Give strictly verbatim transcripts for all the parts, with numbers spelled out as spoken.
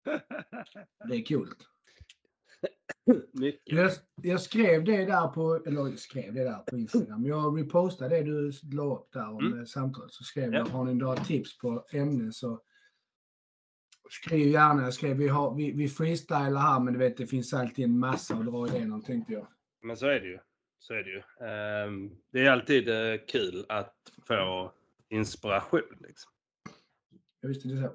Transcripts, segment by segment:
Det är kul. Mycket. Jag, jag skrev det där på, eller jag skrev det där på Instagram. Jag repostade det du la upp där om mm. samtalet. Så skrev ja. jag, har ni några tips på ämnen så skriv gärna. Jag skrev, vi, har, vi, vi freestylar här men du vet det finns alltid en massa att dra igenom tänkte jag. Men så är det ju. Så är det ju. Um, det är alltid uh, kul att få inspiration liksom. Jag visste det så.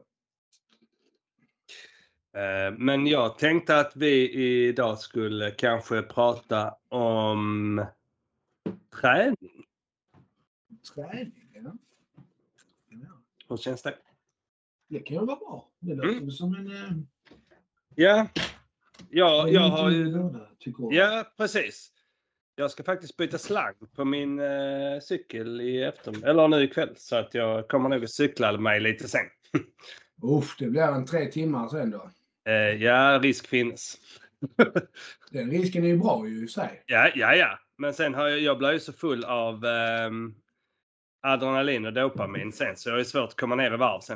Uh, men jag tänkte att vi idag skulle kanske prata om träning. Träning, ja. ja. Hur känns det? Det kan ju vara bra. Det låter mm. som en... Uh... Ja. Ja, jag har ju... Tycker ja, precis. Jag ska faktiskt byta slang på min uh, cykel i eftermiddag, eller nu ikväll. Så att jag kommer nog att cykla mig lite sen. Uff, det blir en tre timmar sen då. Uh, ja, risk finns. Den risken är ju bra ju i sig. Ja, ja, ja. Men sen har jag, jag blir ju så full av um, adrenalin och dopamin sen. Så jag är svårt att komma ner i varv sen.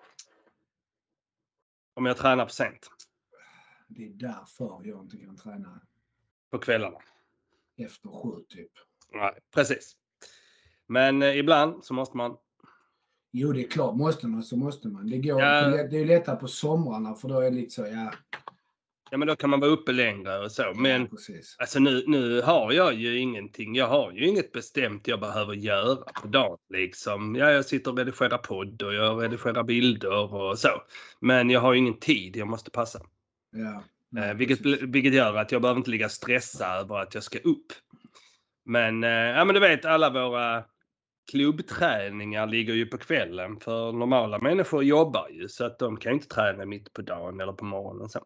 Om jag tränar för sent. Det är därför jag inte kan träna. På kvällarna. Efter sju typ. Nej, precis. Men eh, ibland så måste man. Jo, det är klart. Måste man så måste man. Det går. Ja. Det är lättare på somrarna för då är det lite så, ja. Ja, men då kan man vara uppe längre och så. Men ja, precis. Alltså nu, nu har jag ju ingenting. Jag har ju inget bestämt jag behöver göra på dagen liksom. Ja, jag sitter och redigerar podd och jag redigerar bilder och så. Men jag har ju ingen tid. Jag måste passa. Ja. Eh, vilket, vilket gör att jag behöver inte ligga stressad över att jag ska upp. Men, eh, ja, men du vet, alla våra klubbträningar ligger ju på kvällen. För normala människor jobbar ju så att de kan inte träna mitt på dagen eller på morgonen. Så,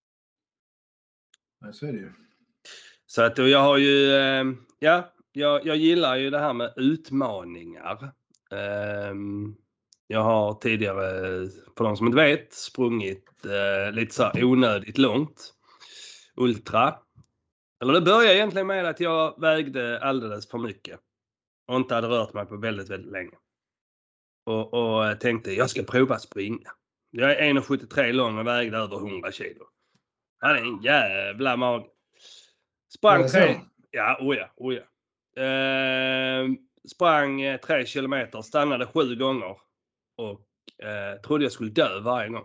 ja, så är det ju. Så att jag har ju, eh, ja, jag, jag gillar ju det här med utmaningar. Eh, jag har tidigare, för de som inte vet, sprungit eh, lite så här onödigt långt. Ultra. Eller det började egentligen med att jag vägde alldeles för mycket. Och inte hade rört mig på väldigt, väldigt länge. Och, och tänkte, jag ska prova springa. Jag är en komma sjuttiotre lång och vägde över hundra kilo. Han är en jävla mag. Sprang tre... Ja, oja, oja. Eh, sprang eh, tre kilometer, stannade sju gånger. Och eh, trodde jag skulle dö varje gång.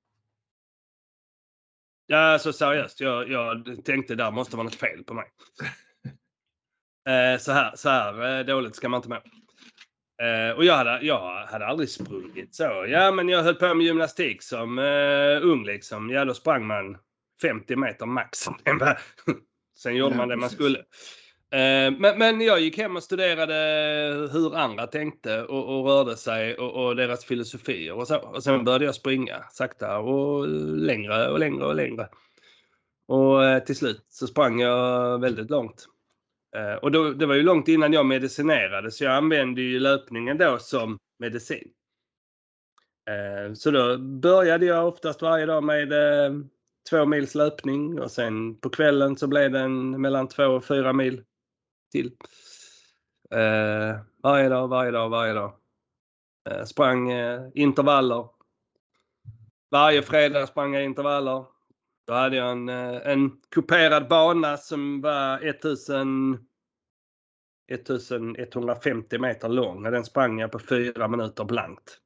Ja, så seriöst. Jag, jag tänkte, där måste vara något fel på mig. Eh, så här, så här eh, dåligt ska man inte må. Eh, och jag hade, jag hade aldrig sprungit så. Ja, men jag höll på med gymnastik som eh, ung liksom. Ja, då sprang man femtio meter max. Sen gjorde ja, man det precis. Man skulle. Eh, men, men jag gick hem och studerade hur andra tänkte och, och rörde sig och, och deras filosofier och så. Och sen började jag springa sakta och längre och längre och längre. Och eh, till slut så sprang jag väldigt långt. Uh, och då, det var ju långt innan jag medicinerade så jag använde ju löpningen då som medicin. Uh, så då började jag oftast varje dag med uh, två mils löpning och sen på kvällen så blev det en mellan två och fyra mil till. Uh, varje dag, varje dag, varje dag. Uh, sprang uh, intervaller. Varje fredag sprang jag intervaller. Då hade jag en, en kuperad bana som var elva etthundrafemtio meter lång. Och den sprang jag på fyra minuter blankt.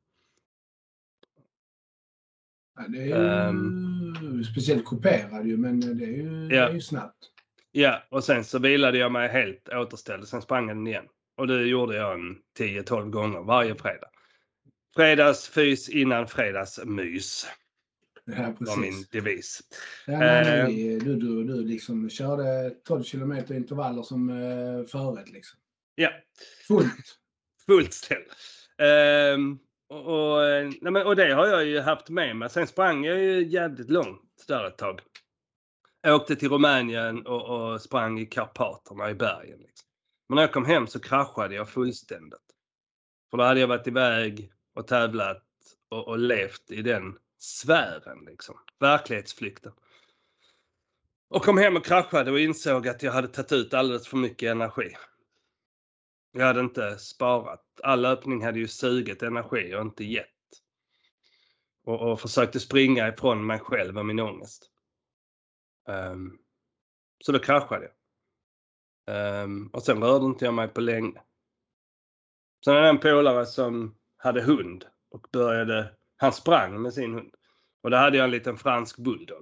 Ja, det är ju um, speciellt kuperad ju, men det är ju, ja. Det är ju snabbt. Ja, och sen så vilade jag mig helt återställd. Sen sprang den igen. Och det gjorde jag en tio tolv gånger varje fredag. Fredagsfys innan fredagsmys. Ja, precis. Var min devis. Ja, nej, nej, du, du, du liksom körde tolv kilometer intervaller som uh, förrätt liksom. Ja. Fullt. Fullt ställ. Um, och, och, nej, men, och det har jag ju haft med mig. Sen sprang jag ju jävligt långt där ett tag. Jag åkte till Rumänien och, och sprang i Karpaterna i bergen. Liksom. Men när jag kom hem så kraschade jag fullständigt. För då hade jag varit iväg och tävlat och, och levt i den sfären liksom. Verklighetsflykten. Och kom hem och kraschade och insåg att jag hade tagit ut alldeles för mycket energi. Jag hade inte sparat. All löpning hade ju sugit energi och inte gett. Och, och försökte springa ifrån mig själv och min ångest. Um, så då kraschade jag. Um, och sen rörde inte jag mig på länge. Sen är det en polare som hade hund och började, han sprang med sin hund. Och då hade jag en liten fransk bulldog.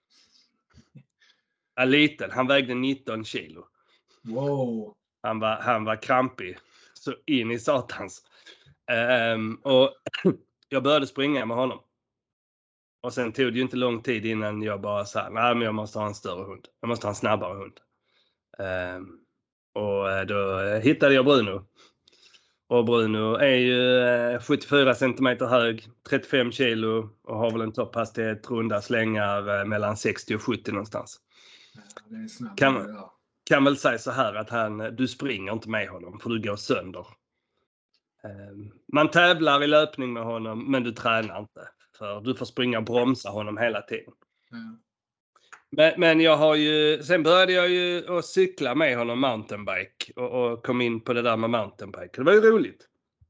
En liten, han vägde nitton kilo. Wow. Han var, han var krampig. Så in i satans. Um, och jag började springa med honom. Och sen tog det ju inte lång tid innan jag bara sa, nej men jag måste ha en större hund. Jag måste ha en snabbare hund. Um, och då hittade jag Bruno. Och Bruno är ju sjuttiofyra centimeter hög, trettiofem kilo och har väl en topphastighet runda slängar mellan sextio och sjuttio någonstans. Ja, det är snabbt. Kan, kan väl säga så här att han, du springer inte med honom för du går sönder. Um, man tävlar i löpning med honom men du tränar inte. För du får springa och bromsa honom hela tiden. Ja. Men, men jag har ju, sen började jag ju att cykla med honom mountainbike. Och, och kom in på det där med mountainbike. Det var ju roligt.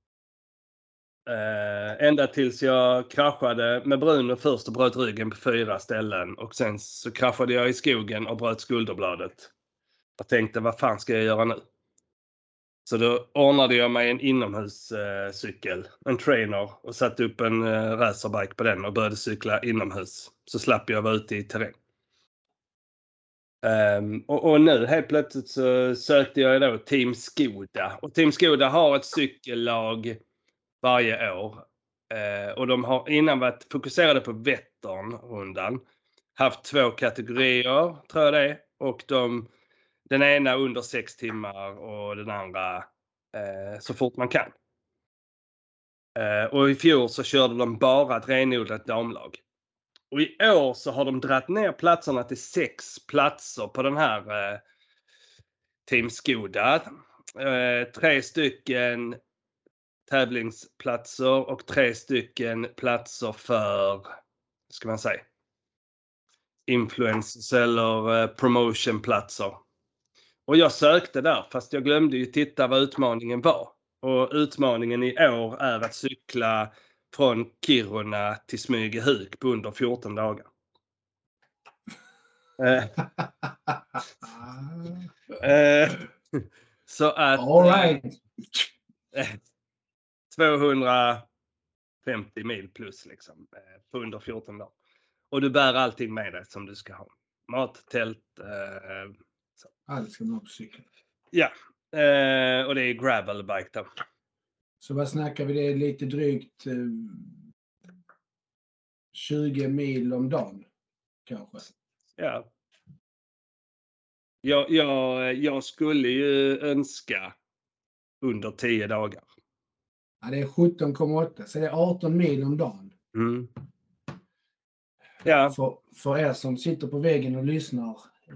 Uh, ända tills jag kraschade med Bruno först och bröt ryggen på fyra ställen. Och sen så kraschade jag i skogen och bröt skulderbladet. Jag tänkte, vad fan ska jag göra nu? Så då ordnade jag mig en inomhuscykel, en trainer, och satte upp en uh, racerbike på den och började cykla inomhus. Så slapp jag vara ute i terräng. Um, och, och nu helt plötsligt så sökte jag då Team Skoda. Och Team Skoda har ett cykellag varje år. Uh, och de har innan varit fokuserade på Vätternrundan. Haft två kategorier, tror jag det är. Och de... Den ena under sex timmar och den andra eh, så fort man kan. Eh, och i fjol så körde de bara ett renodlat damlag. Och i år så har de dratt ner platserna till sex platser på den här eh, Team Skoda. Eh, tre stycken tävlingsplatser och tre stycken platser för, ska man säga, influencers eller eh, promotionplatser. Och jag sökte där fast jag glömde ju titta vad utmaningen var. Och utmaningen i år är att cykla från Kiruna till Smygehuk på under fjorton dagar. eh, eh, så att All right. eh, tvåhundrafemtio mil plus liksom eh, på under fjorton dagar. Och du bär allting med dig som du ska ha. Mat, tält, eh, allt ska man ha på cykeln. Ja, eh, och det är gravelbike då. Så vad snackar vi? Det är lite drygt eh, tjugo mil om dagen kanske. Ja. Jag, jag, jag skulle ju önska under tio dagar. Ja, det är sjutton komma åtta, så det är arton mil om dagen. Mm. Ja. För, för er som sitter på väggen och lyssnar. Eh,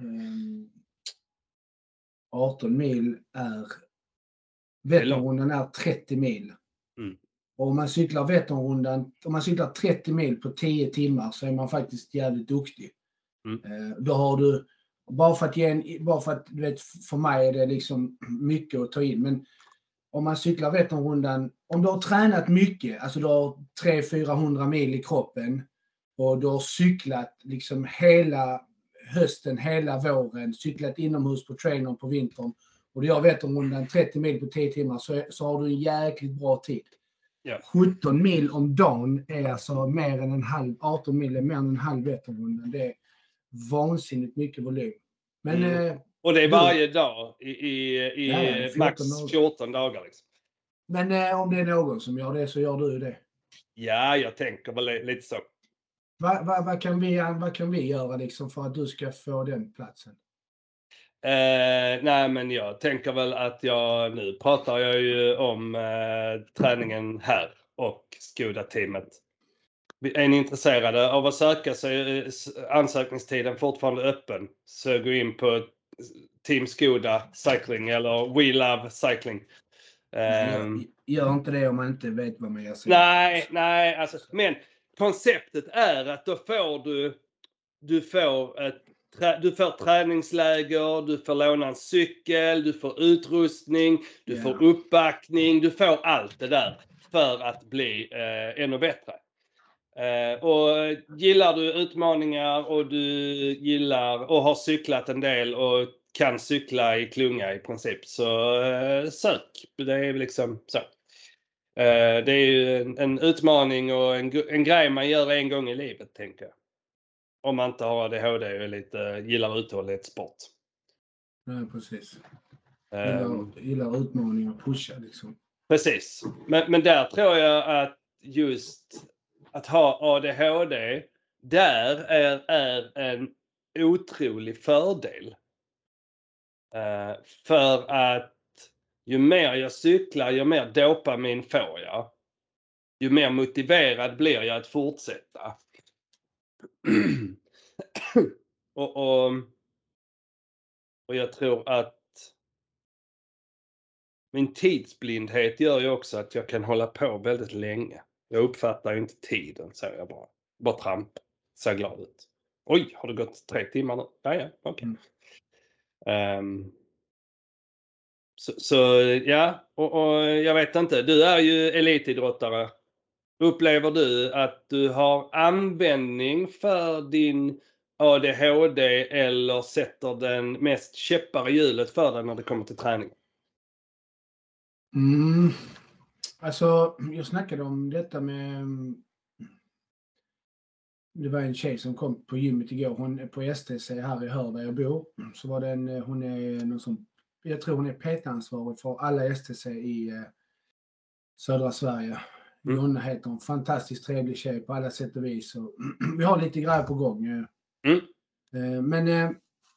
arton mil är... Vätternrundan är trettio mil. Mm. Och om man cyklar Vätternrundan, om man cyklar trettio mil på tio timmar så är man faktiskt jävligt duktig. Mm. Eh, då har du, bara för att ge en, bara för att du vet, för mig är det liksom mycket att ta in. Men om man cyklar Vätternrundan, om du har tränat mycket, alltså du har tre till fyrahundra mil i kroppen och du har cyklat liksom hela hösten, hela våren, cyklat inomhus på trainern på vintern och du gör Vätternrundan trettio mil på tio timmar så, så har du en jäkligt bra tid. Ja. sjutton mil om dagen är alltså mer än en halv, arton mil är mer än en halv Vätternrundan. Det är vansinnigt mycket volym. Men, mm. eh, och det är varje du, dag i, i, i ja, fjorton max fjorton dagar. Liksom. Men eh, om det är någon som gör det så gör du det. Ja, jag tänker väl lite så. Vad va, va kan, va kan vi göra liksom för att du ska få den platsen? Eh, nej men jag tänker väl att jag, nu pratar jag ju om eh, träningen här och Skoda-teamet. Är ni intresserade av att söka så är ansökningstiden fortfarande öppen. Så gå in på Team Skoda Cycling eller We Love Cycling. Um, gör, gör inte det om man inte vet vad man gör. Nej, nej, alltså, men konceptet är att då får du, du får ett Du får träningsläger, du får låna en cykel, du får utrustning, du yeah. får uppbackning, du får allt det där för att bli eh, ännu bättre. Eh, och gillar du utmaningar och du gillar och har cyklat en del och kan cykla i klunga i princip, så eh, sök. Det är liksom så. Eh, det är ju en, en utmaning och en, en grej man gör en gång i livet, tänker jag. Om man inte har A D H D och är lite, gillar uthållighetssport. Nej, precis. Um, Gillar, gillar utmaningar och pusha liksom. Precis. Men, men där tror jag att just att ha A D H D, där är, är en otrolig fördel. Uh, för att ju mer jag cyklar, ju mer dopamin får jag. Ju mer motiverad blir jag att fortsätta. och, och, och jag tror att min tidsblindhet gör ju också att jag kan hålla på väldigt länge. Jag uppfattar ju inte tiden, så jag bara. Bara tramp. Ser glad ut. Oj, har det gått tre timmar nu? Ja, ja, okej. Okay. Um, så, så ja, och, och jag vet inte. Du är ju elitidrottare. Upplever du att du har användning för din A D H D eller sätter den mest käppar i hjulet för dig när det kommer till träning? Mm. Alltså, jag snackade om detta med... Det var en tjej som kom på gymmet igår. Hon är på S T C här i Hör där jag bor. Så var det en, hon är någon som... Jag tror hon är P T-ansvarig för alla S T C i eh, södra Sverige. Mm. Jonna heter hon. Fantastiskt trevlig tjej på alla sätt och vis. Och vi har lite grejer på gång. Mm. Eh, men eh,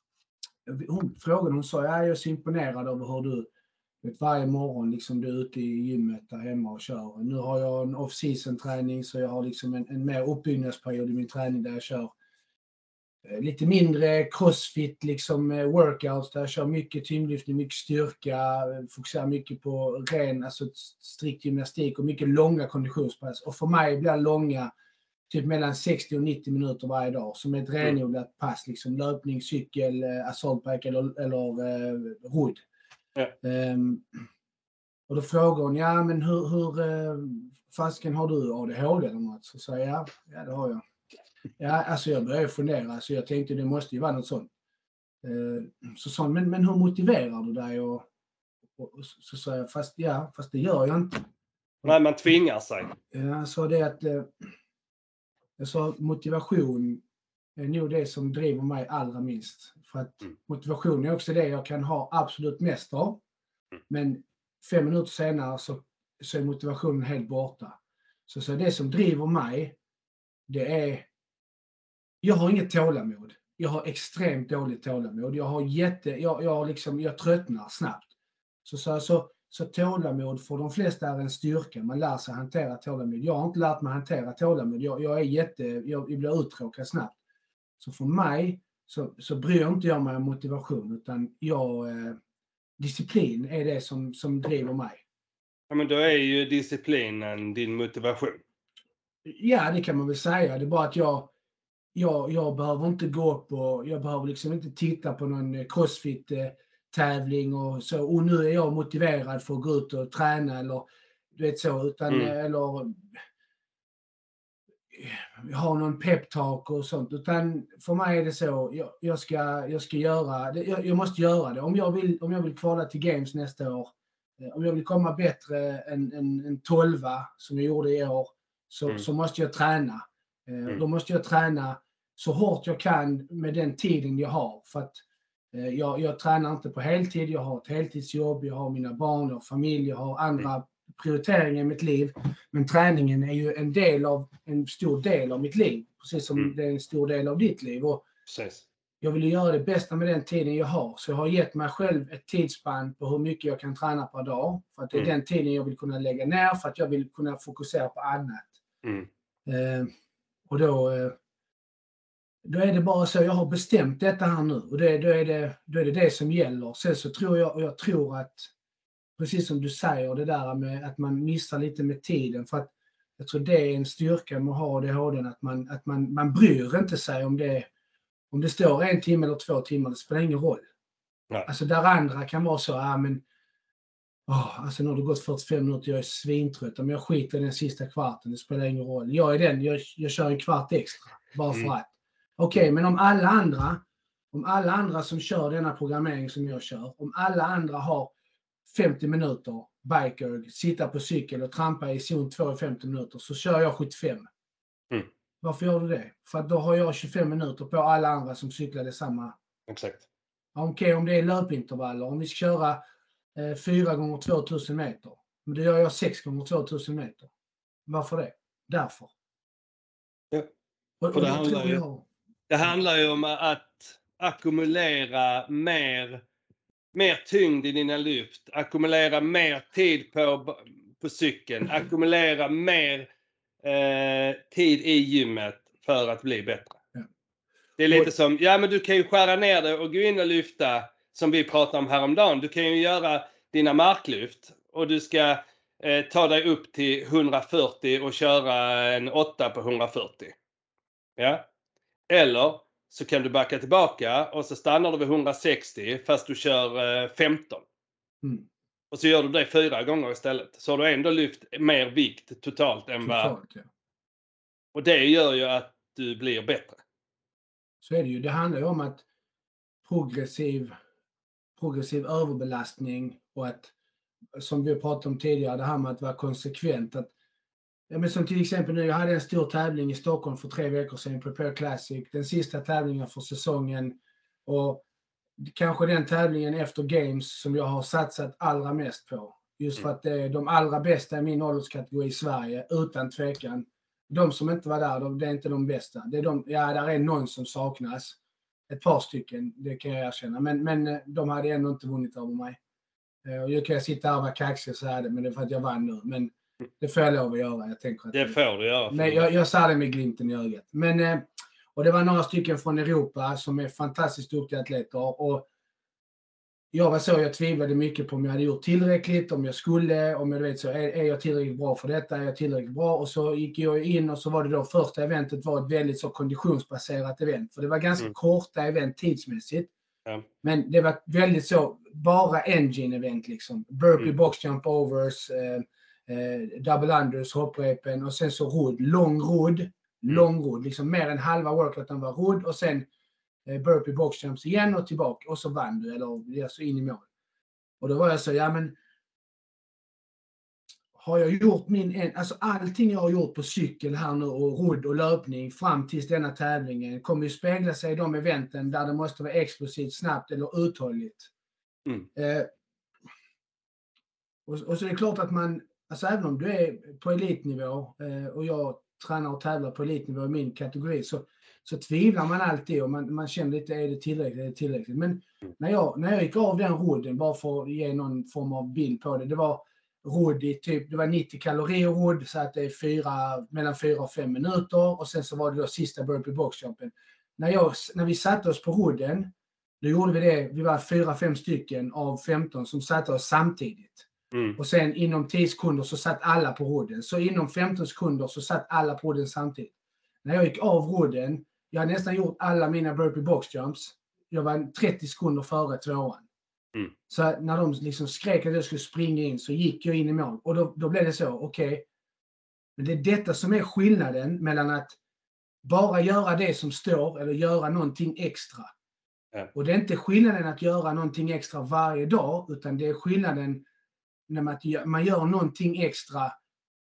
hon frågade, hon sa, jag är så imponerad över hur du vet, varje morgon liksom du är ute i gymmet där hemma och kör. Nu har jag en off-season träning, så jag har liksom en, en mer uppbyggnadsperiod i min träning där jag kör eh, lite mindre crossfit liksom eh, workouts där jag kör mycket tyngdlyftning, mycket styrka, fokuserar mycket på ren, alltså strikt gymnastik och mycket långa konditionspass. Och för mig blir långa typ mellan sextio och nittio minuter varje dag som ett renodlat pass, liksom löpning, cykel, eh, assaultbike eller, eller eh, rodd. Ja. Um, och då frågar hon, ja men hur, hur uh, fasken har du A D H D eller något? Så säger jag, ja det har jag. Ja, alltså jag började fundera, alltså jag tänkte det måste ju vara något sånt. Uh, så sa hon, men, men hur motiverar du dig? Och, och, och så sa jag, fast ja, fast det gör jag inte. Nej, man tvingar sig. Ja, så det att, uh, jag sa motivation är nog det som driver mig allra minst. För att mm. motivation är också det jag kan ha absolut mest av. Men fem minuter senare så, så är motivationen helt borta. Så, så det som driver mig, det är... Jag har inget tålamod. Jag har extremt dåligt tålamod. Jag har jätte... Jag, jag, liksom, jag tröttnar snabbt. Så, så, så, så tålamod för de flesta är en styrka. Man lär sig hantera tålamod. Jag har inte lärt mig hantera tålamod. Jag, jag är jätte... Jag, jag blir uttråkad snabbt. Så för mig så, så bryr inte jag mig om motivation, utan jag... Eh, disciplin är det som, som driver mig. Ja, men då är ju disciplinen din motivation. Ja, det kan man väl säga. Det är bara att jag, jag, jag behöver inte gå på, jag behöver liksom inte titta på någon crossfit-tävling och så, och nu är jag motiverad för att gå ut och träna eller du vet så, utan mm. eller ha någon peptalk och sånt, utan för mig är det så, jag, jag, ska, jag ska göra det, jag, jag måste göra det. Om jag vill, om jag vill kvala till Games nästa år, om jag vill komma bättre än en, en tolva som jag gjorde i år, så, mm. så måste jag träna. Mm. Då måste jag träna så hårt jag kan med den tiden jag har, för att eh, jag, jag tränar inte på heltid, jag har ett heltidsjobb, jag har mina barn, jag har familj, jag har andra mm. prioriteringar i mitt liv, men träningen är ju en del av en stor del av mitt liv, precis som mm. det är en stor del av ditt liv. Och jag vill göra det bästa med den tiden jag har, så jag har gett mig själv ett tidsspann på hur mycket jag kan träna per dag, för att det är mm. den tiden jag vill kunna lägga ner, för att jag vill kunna fokusera på annat. Mm. Eh, och då eh, då är det bara så, jag har bestämt detta här nu, och det, då, är det, då är det det som gäller. Sen så tror jag, och jag tror att precis som du säger, det där med att man missar lite med tiden, för att jag tror det är en styrka med att ha A D H D, att man, att man, man bryr inte sig om det, om det står en timme eller två timmar, det spelar ingen roll. Nej. Alltså där andra kan vara så, ja men Oh, alltså nu har det gått fyrtiofem minuter, jag är svintrött. Men jag skiter i den sista kvarten, det spelar ingen roll. Jag är den, jag, jag kör en kvart extra. Bara för Mm. att. Okej, okay, men om alla andra, om alla andra som kör denna programmering som jag kör, om alla andra har femtio minuter, biker, sitta på cykel och trampa i zon två i femtio minuter, så kör jag sjuttiofem. Mm. Varför gör du det? För att då har jag tjugofem minuter på alla andra som cyklade samma. Exakt. Okej, okay, om det är löpintervaller, om vi ska köra eh, fyra gånger tvåtusen meter, men då gör jag sex gånger tvåtusen meter. Varför det? Därför. Ja. Och, och det, det, handlar ju, jag... det handlar ju om att ackumulera mer, mer tyngd i dina lyft, ackumulera mer tid på, på cykeln, ackumulera mer eh, tid i gymmet för att bli bättre. Ja. Det är lite och... som, ja men du kan ju skära ner det och gå in och lyfta som vi pratade om häromdagen. Du kan ju göra dina marklyft och du ska eh, ta dig upp till hundrafyrtio och köra en åtta på hundrafyrtio. Ja. Eller så kan du backa tillbaka och så stannar du vid hundrasextio fast du kör eh, femton. Mm. Och så gör du det fyra gånger istället. Så har du ändå lyft mer vikt totalt än vad... Totalt, ja. Och det gör ju att du blir bättre. Så är det ju. Det handlar ju om att progressiv, progressiv överbelastning och att, som vi pratade om tidigare, det här med att vara konsekvent. Att, ja, men som till exempel nu, jag hade en stor tävling i Stockholm för tre veckor sedan, Prepare Classic, den sista tävlingen för säsongen och kanske den tävlingen efter Games som jag har satsat allra mest på. Just för att det är de allra bästa i min ålderskategori i Sverige, utan tvekan. De som inte var där, det är inte de bästa. Det är de, ja, där är någon som saknas. Ett par stycken, det kan jag erkänna. Men, men de hade ändå inte vunnit över mig. Och jag kan sitta här och vara kaxig så här, men det är för att jag vann nu. Men det får jag lov att göra. Jag tänker att det får du göra. Men jag, jag sa det med glimten i ögat. Men, och det var några stycken från Europa som är fantastiskt duktiga atleter. Och jag var så, jag tvivlade mycket på om jag hade gjort tillräckligt, om jag skulle, om jag vet så, är, är jag tillräckligt bra för detta, är jag tillräckligt bra? Och så gick jag in och så var det då första eventet var ett väldigt så konditionsbaserat event. För det var ganska mm. korta event tidsmässigt. Ja. Men det var väldigt så, bara engine-event liksom. Burpee, mm. box jump overs, eh, eh, double unders, hopprepen och sen så rodd, lång rodd, mm. lång rodd, liksom mer än halva workouten var rodd och sen burpee box jumps igen och tillbaka och så vann du eller alltså in i mål. Och då var jag så, ja men har jag gjort min, alltså allting jag har gjort på cykel här nu och rodd och löpning fram tills denna tävlingen kommer ju spegla sig i de eventen där det måste vara explosivt, snabbt eller uthålligt. Mm. Eh, och, och så är det klart att man, alltså även om du är på elitnivå eh, och jag tränar och tävlar på elitnivå i min kategori så så tvivlar man alltid och man, man känner lite, är det tillräckligt, är det tillräckligt? Men när jag, när jag gick av den rodden, bara för att ge någon form av bild på det, det var rodd i typ, det var nittio kalorier rodd, så att det är fyra, mellan fyra och fem minuter och sen så var det då sista burpee boxjumpen. När, jag, när vi satte oss på rodden, då gjorde vi det, vi var fyra, fem stycken av femton som satte oss samtidigt. Mm. Och sen inom tio sekunder så satt alla på rodden. Så inom femton sekunder så satt alla på rodden samtidigt. När jag gick av rodden, jag hade nästan gjort alla mina burpee box jumps. Jag var trettio sekunder före tvåan. Mm. Så när de liksom skrek att jag skulle springa in så gick jag in i mål. Och då, då blev det så, okej. Okay. Men det är detta som är skillnaden mellan att bara göra det som står eller göra någonting extra. Ja. Och det är inte skillnaden att göra någonting extra varje dag, utan det är skillnaden när man, man gör någonting extra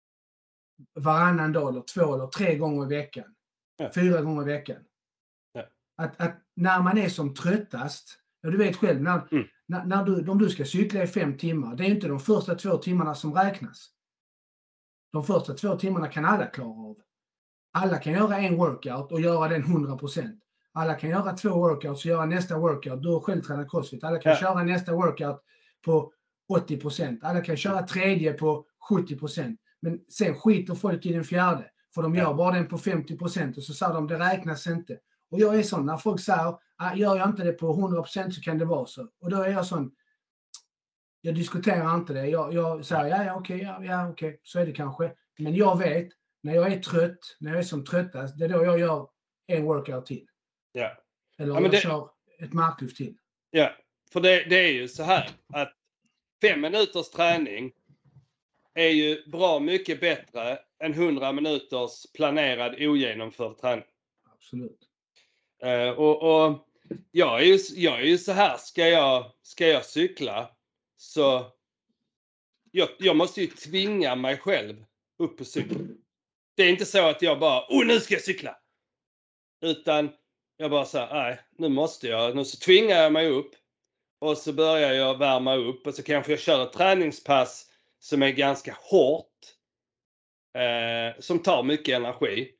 varannan dag eller två eller tre gånger i veckan. Ja. Fyra gånger i veckan. Ja. Att, att när man är som tröttast, ja, du vet själv, när, mm. när, när du, om du ska cykla i fem timmar, det är inte de första två timmarna som räknas. De första två timmarna kan alla klara av. Alla kan göra en workout och göra den hundra procent. Alla kan göra två workouts och göra nästa workout. Du har själv tränat crossfit. Alla kan ja. köra nästa workout på åttio procent. Alla kan köra tredje på sjuttio procent. Men sen skiter folk i den fjärde. För de gör ja. bara den på femtio procent och så säger de det räknas inte. Och jag är sån, när folk säger ah, gör jag inte det på hundra procent så kan det vara så. Och då är jag sån, jag diskuterar inte det. Jag, jag säger ja, ja okej, ja, ja okej, så är det kanske. Men jag vet, när jag är trött, när jag är som tröttast, det är då jag gör en workout till. Ja. Eller ja, jag det... kör ett marklyft till. Ja, för det, det är ju så här att fem minuters träning är ju bra mycket bättre än hundra minuters planerad ogenomförd träning. Absolut. Uh, och, och jag är ju, jag är ju så här, ska jag, ska jag cykla så jag, jag måste ju tvinga mig själv upp på cykeln. Det är inte så att jag bara, åh nu ska jag cykla. Utan jag bara säger, nej nu måste jag, nu så tvingar jag mig upp. Och så börjar jag värma upp och så kanske jag kör ett träningspass som är ganska hårt. Eh, som tar mycket energi.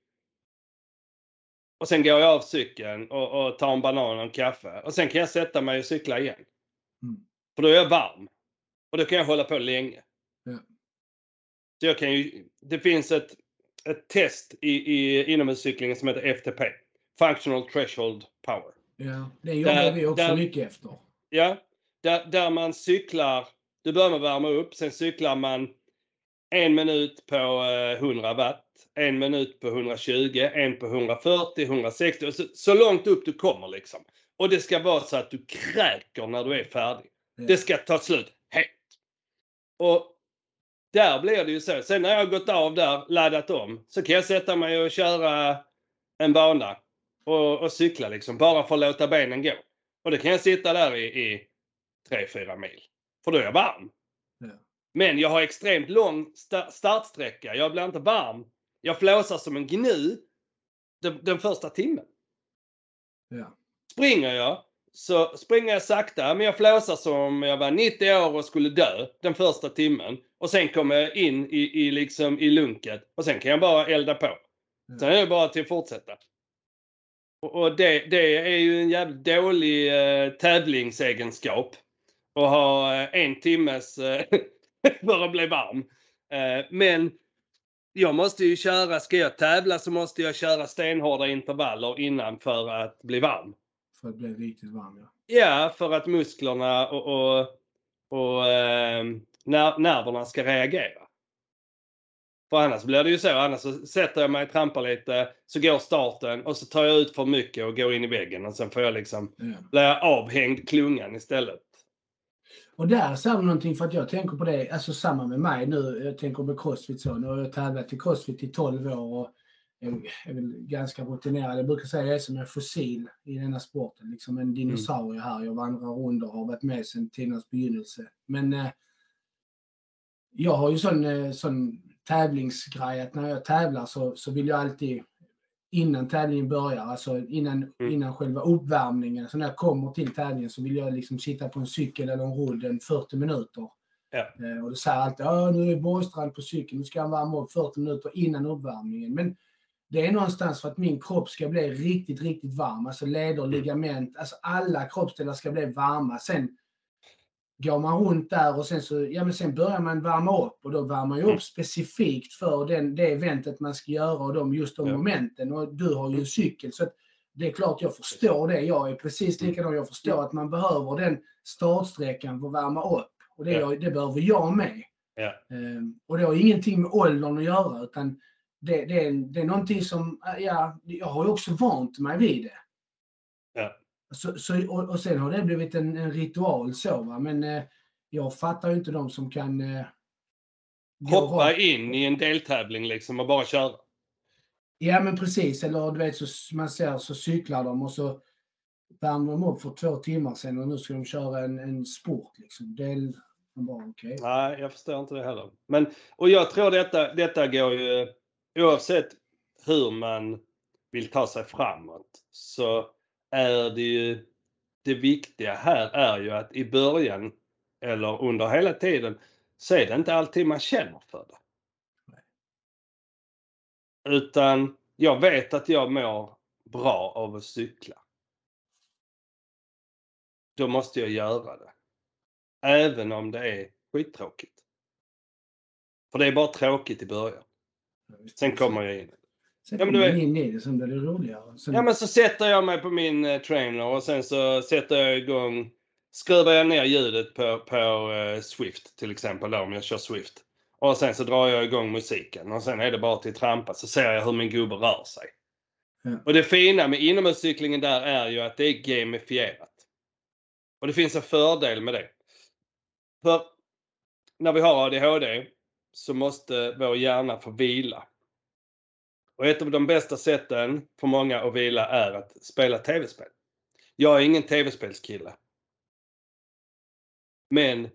Och sen går jag av cykeln och, och tar en banan och en kaffe. Och sen kan jag sätta mig och cykla igen. Mm. För då är jag varm. Och då kan jag hålla på länge. Ja. Så jag kan ju, det finns ett, ett test i, i inomhuscyklingen som heter F T P. Functional Threshold Power. Ja, det jobbar vi också där, mycket efter. Ja, där, där man cyklar, du börjar med att värma upp, sen cyklar man en minut på eh, hundra watt, en minut på hundratjugo, en på hundrafyrtio, hundrasextio, så, så långt upp du kommer liksom. Och det ska vara så att du kräker när du är färdig. Ja. Det ska ta slut helt. Och där blir det ju så. Sen när jag har gått av där, laddat om, så kan jag sätta mig och köra en bana och, och cykla liksom, bara för att låta benen gå. Och det kan jag sitta där i, i tre fyra mil. För då är jag varm. Ja. Men jag har extremt lång sta- startsträcka. Jag blir inte varm. Jag flåsar som en gnu den, den första timmen. Ja. Springer jag så springer jag sakta. Men jag flåsar som om jag var nittio år och skulle dö den första timmen. Och sen kommer jag in i, i, liksom, i lunket. Och sen kan jag bara elda på. Ja. Sen är det bara till att fortsätta. Och, och det, det är ju en jävligt dålig eh, tävlingsegenskap. Och ha eh, en timmes eh, för att bli varm. Eh, men jag måste ju köra, ska jag tävla så måste jag köra stenhårda intervaller innan för att bli varm. För att bli riktigt varm, ja. Ja, för att musklerna och, och, och eh, ner- nerverna ska reagera. För annars blir det ju så, annars så sätter jag mig och trampar lite, så går starten och så tar jag ut för mycket och går in i väggen och sen får jag liksom, Ja. blir jag avhängd klungan istället. Och där ser vi någonting, för att jag tänker på det, alltså samma med mig nu, jag tänker på CrossFit så, nu har jag tävlat i CrossFit i tolv år och är, är väl ganska rutinerad. Jag brukar säga att jag är som en fossil i denna sporten, liksom en dinosaurie här. Jag vandrar runt och har varit med sedan tidernas begynnelse. Men eh, jag har ju sån, eh, sån tävlingsgrej att när jag tävlar så, så vill jag alltid innan tävlingen börjar, alltså innan, Mm. innan själva uppvärmningen, så när jag kommer till tävlingen så vill jag liksom sitta på en cykel eller en rodd en fyrtio minuter. Ja. Eh, och det säger alltid, ja nu är Borgstrand på cykeln, nu ska han värma upp fyrtio minuter innan uppvärmningen. Men det är någonstans för att min kropp ska bli riktigt, riktigt varm. Alltså leder, ligament, alltså alla kroppsdelar ska bli varma. Sen går man runt där och sen så, ja men sen börjar man värma upp och då värmer man ju upp Mm. specifikt för den, det eventet man ska göra och de, just de Ja. momenten. Och du har ju Mm. en cykel så att det är klart jag förstår det. Jag är precis likadan. Jag förstår att man behöver den startsträckan för att värma upp. Och det, Ja. det behöver jag med. Ja. Um, och det har ingenting med åldern att göra utan det, det, är, det är någonting som, ja, jag har ju också vant mig vid det. Ja. Så, så, och, och sen har det blivit en, en ritual så va, men eh, jag fattar ju inte de som kan eh, gå Hoppa rakt. in i en deltävling liksom och bara köra. Ja men precis, eller du vet så man ser så cyklar de och så värmer de upp för två timmar sedan och nu ska de köra en, en sport liksom. Det är bara okej. Okay. Nej, jag förstår inte det heller. Men, och jag tror detta, detta går ju, oavsett hur man vill ta sig framåt, så är det ju, det viktiga här är ju att i början eller under hela tiden så är det inte alltid man känner för det. Nej. Utan jag vet att jag mår bra av att cykla. Då måste jag göra det. Även om det är skittråkigt. För det är bara tråkigt i början. Sen kommer jag in. Sen Ja, men kommer du man vet- in i det, sen blir det roligare. Sen, Ja men så sätter jag mig på min eh, trainer och sen så sätter jag igång, skruvar jag ner ljudet på, på eh, Swift till exempel då, om jag kör Swift. Och sen så drar jag igång musiken och sen är det bara till trampa så ser jag hur min gubbe rör sig. Ja. Och det fina med inomhuscyklingen där är ju att det är gamifierat. Och det finns en fördel med det. För när vi har A D H D så måste vår hjärna få vila. Och ett av de bästa sätten för många att vila är att spela tv-spel. Jag är ingen tv-spelskille. Men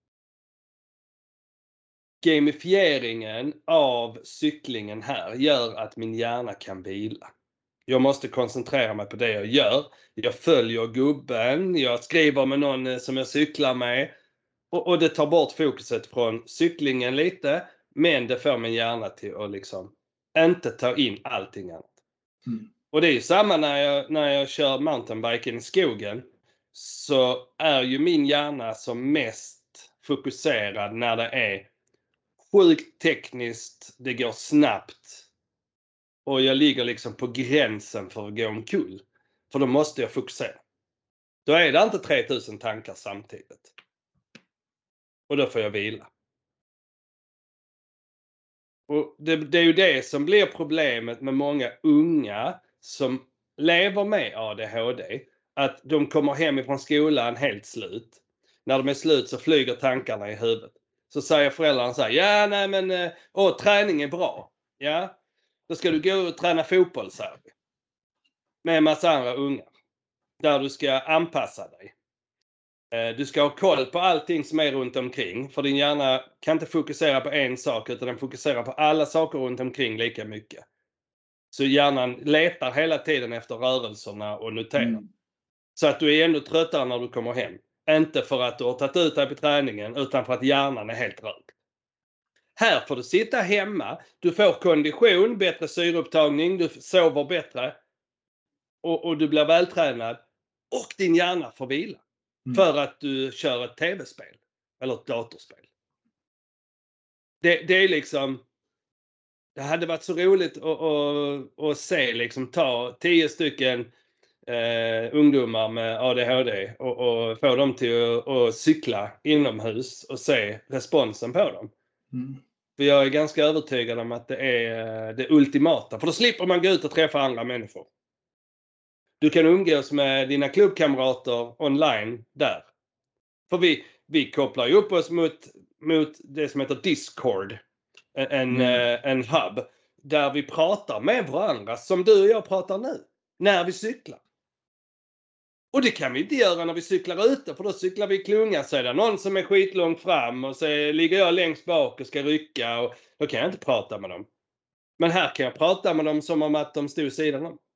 gamifieringen av cyklingen här gör att min hjärna kan vila. Jag måste koncentrera mig på det jag gör. Jag följer gubben, jag skriver med någon som jag cyklar med. Och, och det tar bort fokuset från cyklingen lite. Men det får min hjärna till att liksom inte ta in allting annat. Mm. Och det är ju samma när jag, när jag kör mountainbiken i skogen. Så är ju min hjärna som mest fokuserad när det är sjukt tekniskt, det går snabbt. Och jag ligger liksom på gränsen för att gå omkull. För då måste jag fokusera. Då är det inte tre tusen tankar samtidigt. Och då får jag vila. Och det, det är ju det som blir problemet med många unga som lever med A D H D. Att de kommer hem ifrån skolan helt slut. När de är slut så flyger tankarna i huvudet. Så säger föräldrarna så här, ja nej men, åh träning är bra. Ja, då ska du gå och träna fotboll, säger vi. Med en massa andra unga. Där du ska anpassa dig. Du ska ha koll på allting som är runt omkring. För din hjärna kan inte fokusera på en sak utan den fokuserar på alla saker runt omkring lika mycket. Så hjärnan letar hela tiden efter rörelserna och noterar. Mm. Så att du är ännu tröttare när du kommer hem. Inte för att du har tagit ut dig på träningen utan för att hjärnan är helt röd. Här får du sitta hemma, du får kondition, bättre syreupptagning, du sover bättre och, och du blir vältränad och din hjärna får vila. Mm. För att du kör ett tv-spel eller ett datorspel. Det, det är liksom, det hade varit så roligt att, att, att se liksom ta tio stycken eh, ungdomar med A D H D och, och få dem till att, att cykla inomhus och se responsen på dem. Mm. För jag är ganska övertygad om att det är det ultimata. För då slipper man gå ut och träffa andra människor. Du kan umgås med dina klubbkamrater online där. För vi, vi kopplar ju upp oss mot, mot det som heter Discord. En, mm. en hub. Där vi pratar med varandra som du och jag pratar nu. När vi cyklar. Och det kan vi inte göra när vi cyklar ute. För då cyklar vi i klunga. Så är det någon som är skitlångt fram. Och så ligger jag längst bak och ska rycka. Och då kan jag inte prata med dem. Men här kan jag prata med dem som om att de stod sidan om.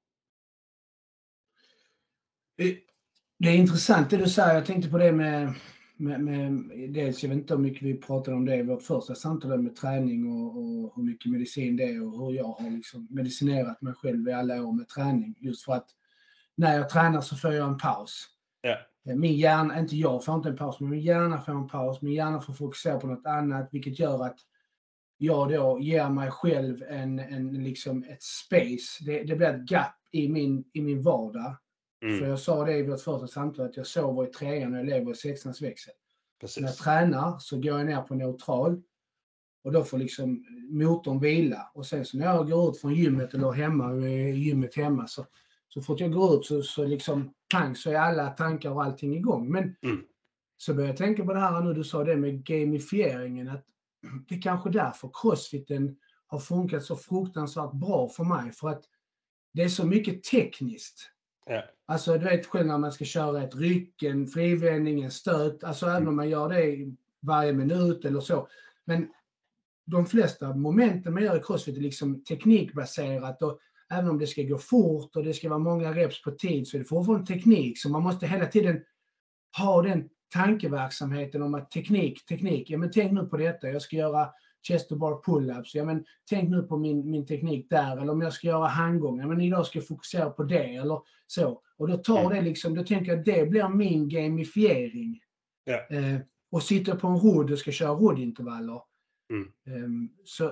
Det är intressant det du säger. Jag tänkte på det med, med, med dels, jag vet inte hur mycket vi pratade om det i vårt första samtal med träning och, och hur mycket medicin det är och hur jag har liksom medicinerat mig själv i alla år med träning. Just för att när jag tränar så får jag en paus. Ja. Min hjärna, inte jag får inte en paus, men min hjärna får en paus. Min hjärna får fokusera på något annat, vilket gör att jag då ger mig själv en, en liksom ett space. Det, det blir ett gap i min, i min vardag. Mm. För jag sa det i vårt första samtal att jag sover i trean och jag lever i sexans växel. Precis. När jag tränar så går jag ner på neutral och då får liksom motorn vila. Och sen så när jag går ut från gymmet eller hemma, i gymmet hemma, så, så fort jag går ut så, så liksom pang, så är alla tankar och allting igång. Men mm. så börjar jag tänka på det här nu, du sa det med gamifieringen, att det är kanske därför crossfiten har funkat så fruktansvärt bra för mig. För att det är så mycket tekniskt. Ja. Alltså du vet själv när man ska köra ett ryck, en frivändning, en stöt. Alltså mm. även om man gör det varje minut eller så. Men de flesta momenten man gör i crossfit är liksom teknikbaserat. Och även om det ska gå fort och det ska vara många reps på tid så är det fortfarande teknik. Så man måste hela tiden ha den tankeverksamheten om att teknik, teknik. Ja men tänk nu på detta, jag ska göra chest bar pull-ups. Ja men tänk nu på min, min teknik där. Eller om jag ska göra handgångar. Men idag ska jag fokusera på det. Eller så. Och då tar mm. det liksom, då tänker jag att det blir min gamifiering. Ja. Eh, och sitter på en rodd och ska köra roddintervaller. Mm. Eh, så,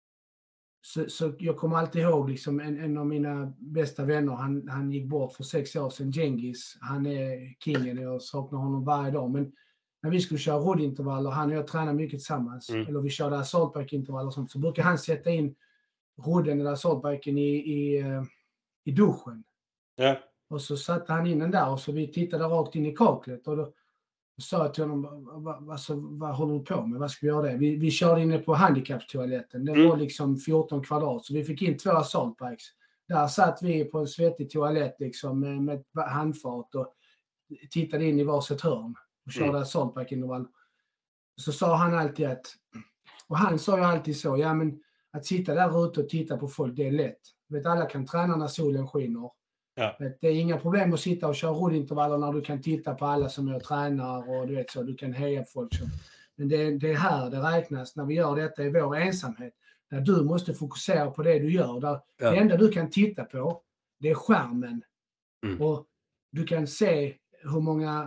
så, så jag kommer alltid ihåg liksom en, en av mina bästa vänner. Han, han gick bort för sex år sedan. Genghis. Han är kingen. Jag saknar honom varje dag. Men när vi skulle köra roddintervaller, han och jag tränade mycket tillsammans, mm. eller vi körde assaultbike-intervaller och sånt, så brukar han sätta in rodden eller assaultbiken i, i, i duschen. Ja. Och så satte han in den där och så vi tittade rakt in i kaklet och då, Och sa till honom, vad, vad, alltså, vad håller du på med? Vad ska vi göra det? Vi, vi körde inne på handikapptoaletten. Den Mm. var liksom fjorton kvadrat. Så vi fick in två assault bikes. Där satt vi på en svettig toalett liksom, med, med handfat och tittade in i varsitt hörn. Och körde mm. assault bike intervall. Så sa han alltid att, och han sa ju alltid så, ja men att sitta där ute och titta på folk, det är lätt. Vet, alla kan träna när solen skiner. Ja. Det är inga problem att sitta och köra rullnintervaller när du kan titta på alla som jag tränar och du vet så, du kan heja på folk. Så. Men det, det är här det räknas när vi gör detta i vår ensamhet. Där du måste fokusera på det du gör. Där ja. Det enda du kan titta på, det är skärmen. Mm. Och du kan se hur många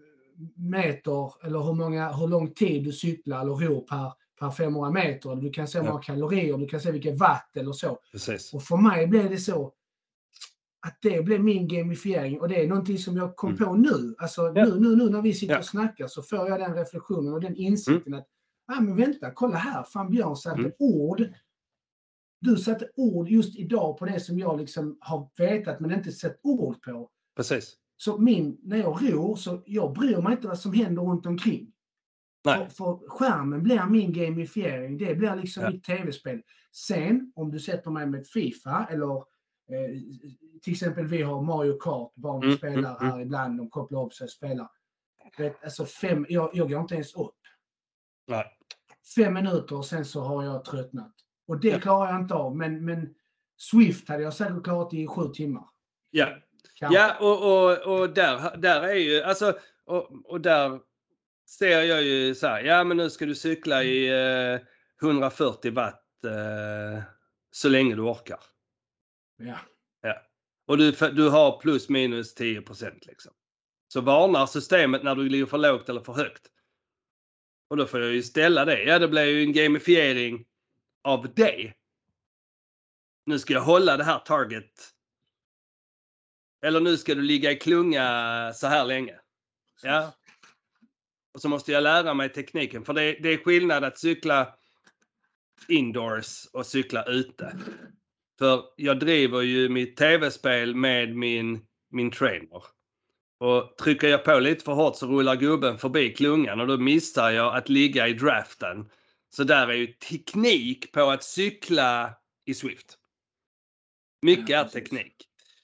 meter eller hur, många, hur lång tid du cyklar eller ror per, per femhundra meter. Du kan se hur många ja. kalorier, du kan se vilket watt eller så. Precis. Och för mig blev det så att det blev min gamifiering och det är någonting som jag kom mm. på nu. Alltså ja. nu, nu, nu när vi sitter ja. och snackar så får jag den reflektionen och den insikten mm. att, ah, men vänta, kolla här, fan Björn satte mm. ord. Du satte ord just idag på det som jag liksom har vetat men inte sett ord på. Precis. Så min, när jag ror så jag bryr mig inte vad som händer runt omkring. Nej. För, för skärmen blir min gamifiering, det blir liksom ja. mitt tv-spel. Sen om du sätter mig med FIFA eller eh, till exempel vi har Mario Kart, barnen mm, spelar mm, här mm. ibland, de kopplar upp sig och spelar. Vet, alltså fem, jag, jag går inte ens upp. Nej. Fem minuter och sen så har jag tröttnat. Och det ja. klarar jag inte av, men, men Swift hade jag säkert klarat i sju timmar. Ja. Kanske. Ja, och, och, och där, där är ju, alltså, och, och där ser jag ju så här, ja men nu ska du cykla i eh, hundrafyrtio watt eh, så länge du orkar. Ja. Ja. Och du, du har plus minus tio procent liksom. Så varnar systemet när du ligger för lågt eller för högt. Och då får jag ju ställa det. Ja, det blir ju en gamifiering av det. Nu ska jag hålla det här target. Eller nu ska du ligga i klunga så här länge. Ja. Och så måste jag lära mig tekniken. För det, det är skillnad att cykla indoors och cykla ute. För jag driver ju mitt tv-spel med min, min trainer. Och trycker jag på lite för hårt så rullar gubben förbi klungan och då missar jag att ligga i draften. Så där är ju teknik på att cykla i Swift. Mycket är teknik.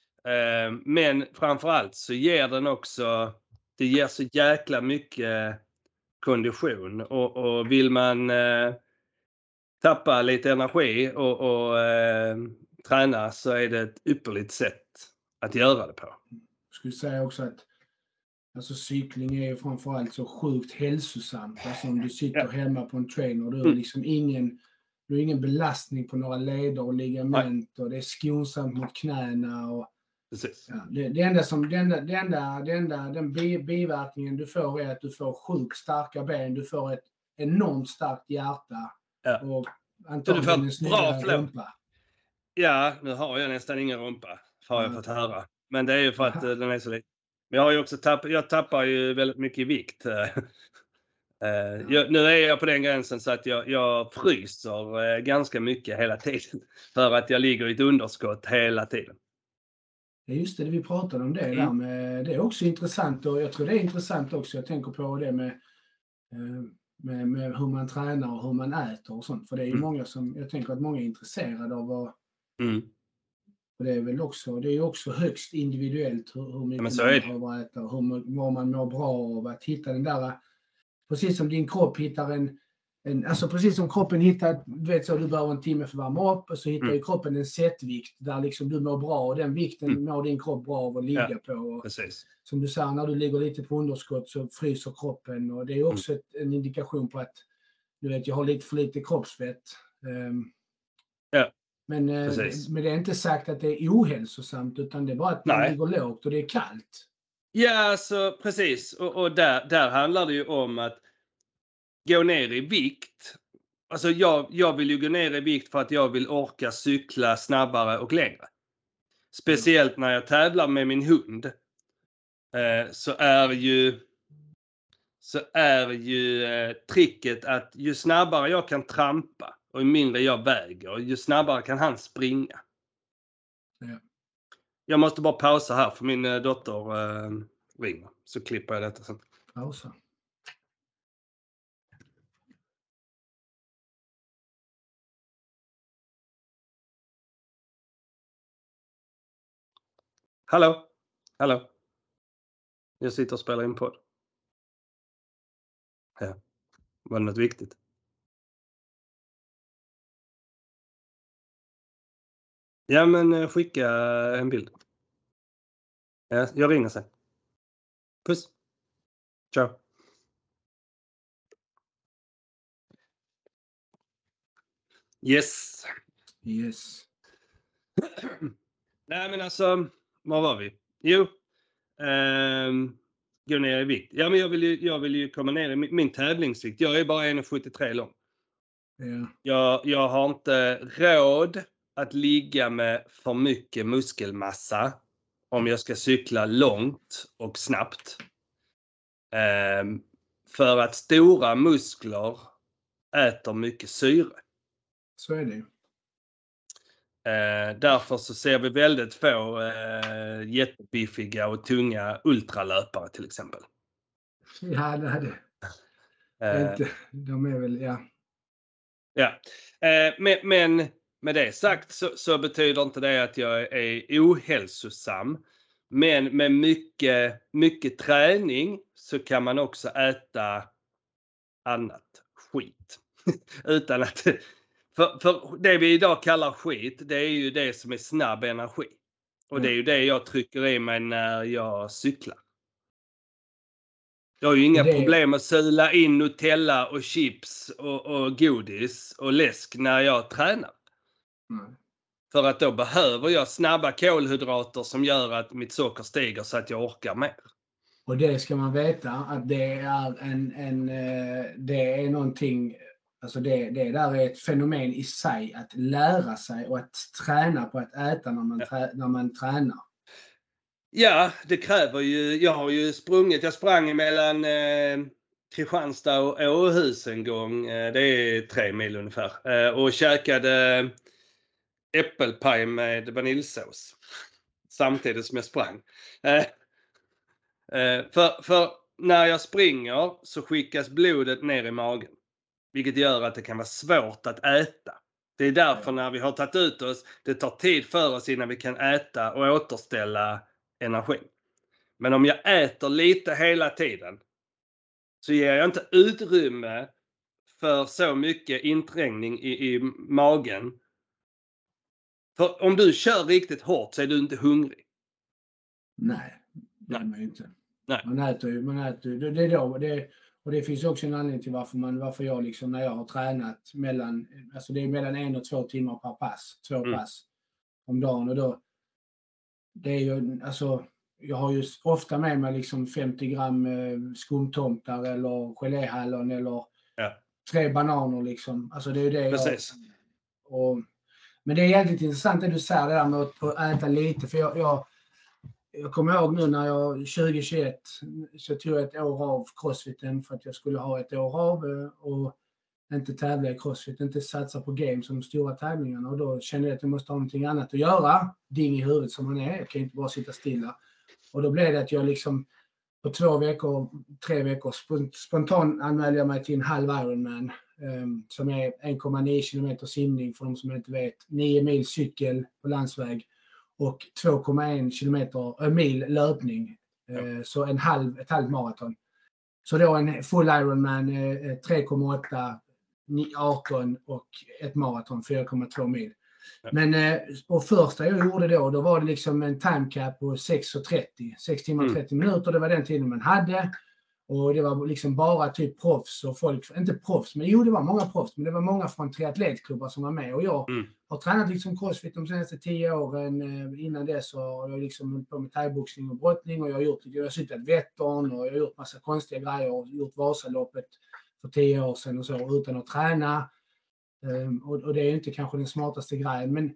Men framförallt så ger den också, det ger så jäkla mycket kondition. Och, och vill man eh, tappa lite energi och, och eh, träna så är det ett ypperligt sätt att göra det på. Jag skulle säga också att alltså, cykling är framförallt så sjukt hälsosamt. Alltså om du sitter ja. hemma på en trainer, du har mm. liksom ingen, du har ingen belastning på några leder och ligament Nej. och det är skonsamt mot knäna. Och, ja, det, det enda som, det enda, det enda, det enda, den bi, biverkningen du får är att du får sjukt starka ben, du får ett enormt starkt hjärta ja. och antagligen en snyggare rumpa. Ja, nu har jag nästan ingen rumpa, har jag fått höra. Men det är ju för att uh, den är så liten. Men jag har ju också tappat, jag tappar ju väldigt mycket i vikt. uh, jag, nu är jag på den gränsen så att jag, jag fryser uh, ganska mycket hela tiden. För att jag ligger i ett underskott hela tiden. Ja, just det, vi pratade om det mm. där med, det är också intressant och jag tror det är intressant också. Jag tänker på det med, med, med hur man tränar och hur man äter och sånt. För det är ju mm. många som, jag tänker att många är intresserade av vad mm. och det är väl också, det är också högst individuellt hur, hur mycket ja, man har äta och hur, vad man mår bra av att hitta den där, precis som din kropp hittar en, en alltså precis som kroppen hittar, du vet så du behöver en timme för att värma upp och så hittar mm. ju kroppen en sättvikt där liksom du mår bra och den vikten mm. mår din kropp bra av att ligga ja, på. Och, precis. Som du säger, när du ligger lite på underskott så fryser kroppen och det är också mm. ett, en indikation på att du vet, jag har lite för lite kroppsfett. Um, ja. Men, eh, men det är inte sagt att det är ohälsosamt utan det är bara att man Nej. ligger lågt och det är kallt. Ja, alltså precis. Och, och där, där handlar det ju om att gå ner i vikt. Alltså jag, jag vill ju gå ner i vikt för att jag vill orka cykla snabbare och längre. Speciellt när jag tävlar med min hund. Eh, så är ju så är ju eh, tricket att ju snabbare jag kan trampa och ju mindre jag väger, ju snabbare kan han springa. Ja. Jag måste bara pausa här för min eh, dotter eh, ringer. Så klipper jag detta sen. Pausa. Hallå? Hallå? Jag sitter och spelar in podd. Ja. Var det något viktigt? Ja, men eh, skicka en bild. Ja, jag ringer sen. Puss. Ciao. Yes. Yes. Nej, men alltså, var var vi? Jo, ehm, gå ner i vikt. Ja, men jag vill ju, jag vill ju komma ner i min, min tävlingsvikt. Jag är bara en komma sjuttiotre lång. Ja. Jag, jag har inte råd att ligga med för mycket muskelmassa om jag ska cykla långt och snabbt. Ehm, för att stora muskler äter mycket syre. Så är det. Eh, därför så ser vi väldigt få eh, jättebiffiga och tunga ultralöpare till exempel. Ja, det hade Eh, inte. De är väl, ja. ja. Eh, men, men med det sagt så, så betyder inte det att jag är ohälsosam. Men med mycket, mycket träning så kan man också äta annat skit. Utan att... För, för det vi idag kallar skit, det är ju det som är snabb energi. Och det är ju det jag trycker i mig när jag cyklar. Jag har ju inga Det- problem att sula in Nutella och chips och, och godis och läsk när jag tränar. Nej. För att då behöver jag snabba kolhydrater som gör att mitt socker stiger så att jag orkar mer. Och det ska man veta att det är en, en eh, det är någonting, alltså det, det där är ett fenomen i sig att lära sig och att träna på att äta när man, trä, när man tränar. Ja, det kräver ju, jag har ju sprungit, jag sprang mellan eh, Kristianstad och Åhus en gång, eh, det är tre mil ungefär, eh, och käkade äppelpaj med vaniljsås samtidigt som jag sprang. Eh, eh, för, för när jag springer så skickas blodet ner i magen, vilket gör att det kan vara svårt att äta. Det är därför när vi har tagit ut oss, det tar tid för oss innan vi kan äta och återställa energi. Men om jag äter lite hela tiden så ger jag inte utrymme för så mycket inträngning i, i magen. För om du kör riktigt hårt så är du inte hungrig. Nej, det är Nej. man ju inte. Nej. Man äter ju, man äter ju, det, det är då, det, och det finns också en anledning till varför, man, varför jag liksom när jag har tränat mellan, alltså det är mellan en och två timmar per pass, två Mm. pass om dagen och då, det är ju, alltså jag har ju ofta med mig liksom femtio gram eh, skumtomtar eller geléhallon eller Ja. tre bananer liksom. Alltså det är ju det Precis. jag... Och, men det är jävligt intressant det du säger det där med att, att äta lite. För jag, jag, jag kommer ihåg nu när jag tjugo tjugoett så tog jag ett år av crossfiten för att jag skulle ha ett år av och inte tävla i crossfit, inte satsa på games som de stora tävlingarna. Och då kände jag att jag måste ha någonting annat att göra. Ding i huvudet som man är. Jag kan inte bara sitta stilla. Och då blev det att jag liksom på två veckor, tre veckor spontant anmälde jag mig till en halv Ironman um, som är en komma nio kilometer simning för de som inte vet. nio mil cykel på landsväg och två komma en kilometer, äh, mil löpning. Ja. Uh, så en halv, ett halvt maraton. Så då en full Ironman uh, tre komma åtta, arton och ett maraton fyra komma två mil. Ja. Men eh, och första jag gjorde då, då var det liksom en time cap på sex trettio, sex timmar och trettio mm. minuter. Det var den tiden man hade. Och det var liksom bara typ proffs och folk, inte proffs, men jo det var många proffs, men det var många från triatletklubbar som var med. Och jag Mm. har tränat liksom crossfit de senaste tio åren. Innan dess så har jag liksom hållit på med thaiboxning och brottning och jag har gjort, jag har cyklat Vättern och jag har gjort massa konstiga grejer och gjort Vasaloppet för tio år sedan och så utan att träna. Um, och, och det är inte kanske den smartaste grejen. Men,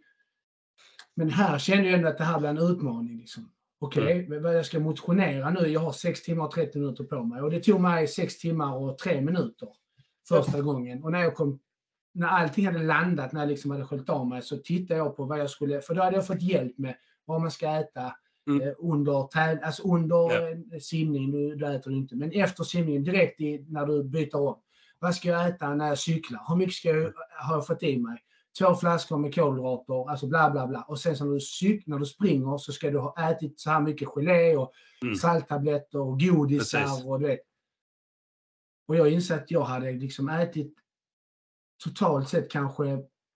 men här känner jag ändå att det här blir en utmaning. Liksom. Okej, okay, mm. jag ska motionera nu. Jag har sex timmar och trettio minuter på mig. Och det tog mig sex timmar och tre minuter första mm. gången. Och när jag kom, när allting hade landat, när jag liksom hade sköljt av mig, så tittade jag på vad jag skulle, för då hade jag fått hjälp med vad man ska äta mm. eh, under, alltså under yeah. simning. Du, du äter inte, men efter simningen, direkt i, när du byter om. Vad ska jag äta när jag cyklar? Hur mycket ska jag ha fått i mig? två flaskor med kolhydrater, alltså bla bla bla. Och sen så när du cyk, när du springer så ska du ha ätit så här mycket gelé och Mm. salttabletter och godisar Precis. och du vet. Och jag insåg att jag hade liksom ätit totalt sett kanske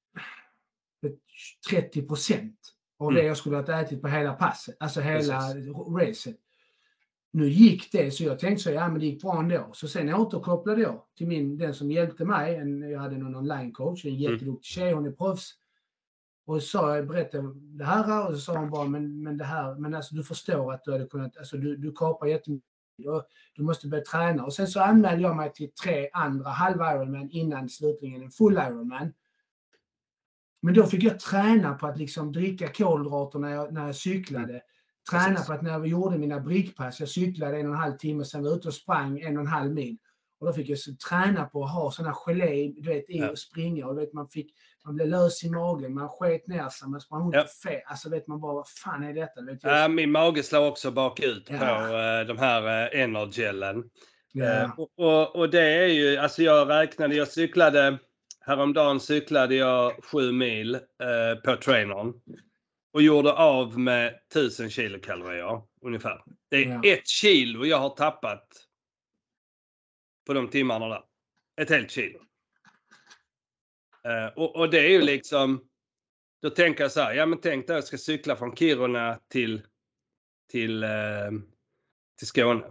trettio procent av Mm. det jag skulle ha ätit på hela passet, alltså hela Precis. racet. Nu gick det, så jag tänkte så, ja men det gick bra ändå. Så sen återkopplade jag till min, den som hjälpte mig, en, jag hade någon online-coach, en jätteduktig tjej, hon är proffs. Och så jag berättade det här och så sa hon bara, men, men det här, men alltså du förstår att du hade kunnat, alltså du, du kapar jättemycket. Du måste börja träna. Och sen så anmälde jag mig till tre andra halv Ironman innan slutligen en full Ironman. Men då fick jag träna på att liksom dricka kolhydrater när jag, när jag cyklade. Mm. Träna Precis. På att när jag gjorde mina brickpass, jag cyklade en och en halv timme, sen var jag ute och sprang en och en halv mil. Och då fick jag så träna på att ha sådana gelé, du vet, i ja. Och springa. Och du vet, man, fick, man blev lös i magen, man sket ner sig, man sprang inte ja. Fel. Alltså vet man bara, vad fan är detta? Vet jag. Äh, min mage slår också bakut ja. På uh, de här uh, Energelen. Ja. Uh, och, och, och det är ju, alltså jag räknade, jag cyklade, häromdagen cyklade jag sju mil uh, på trainern. Och gjorde av med tusen kilokalorier ungefär. Det är ja. Ett kilo jag har tappat på de timmarna där. Ett helt kilo. Uh, och, och det är ju liksom, då tänker jag så här, ja men tänk att jag ska cykla från Kiruna till, till, uh, till Skåne.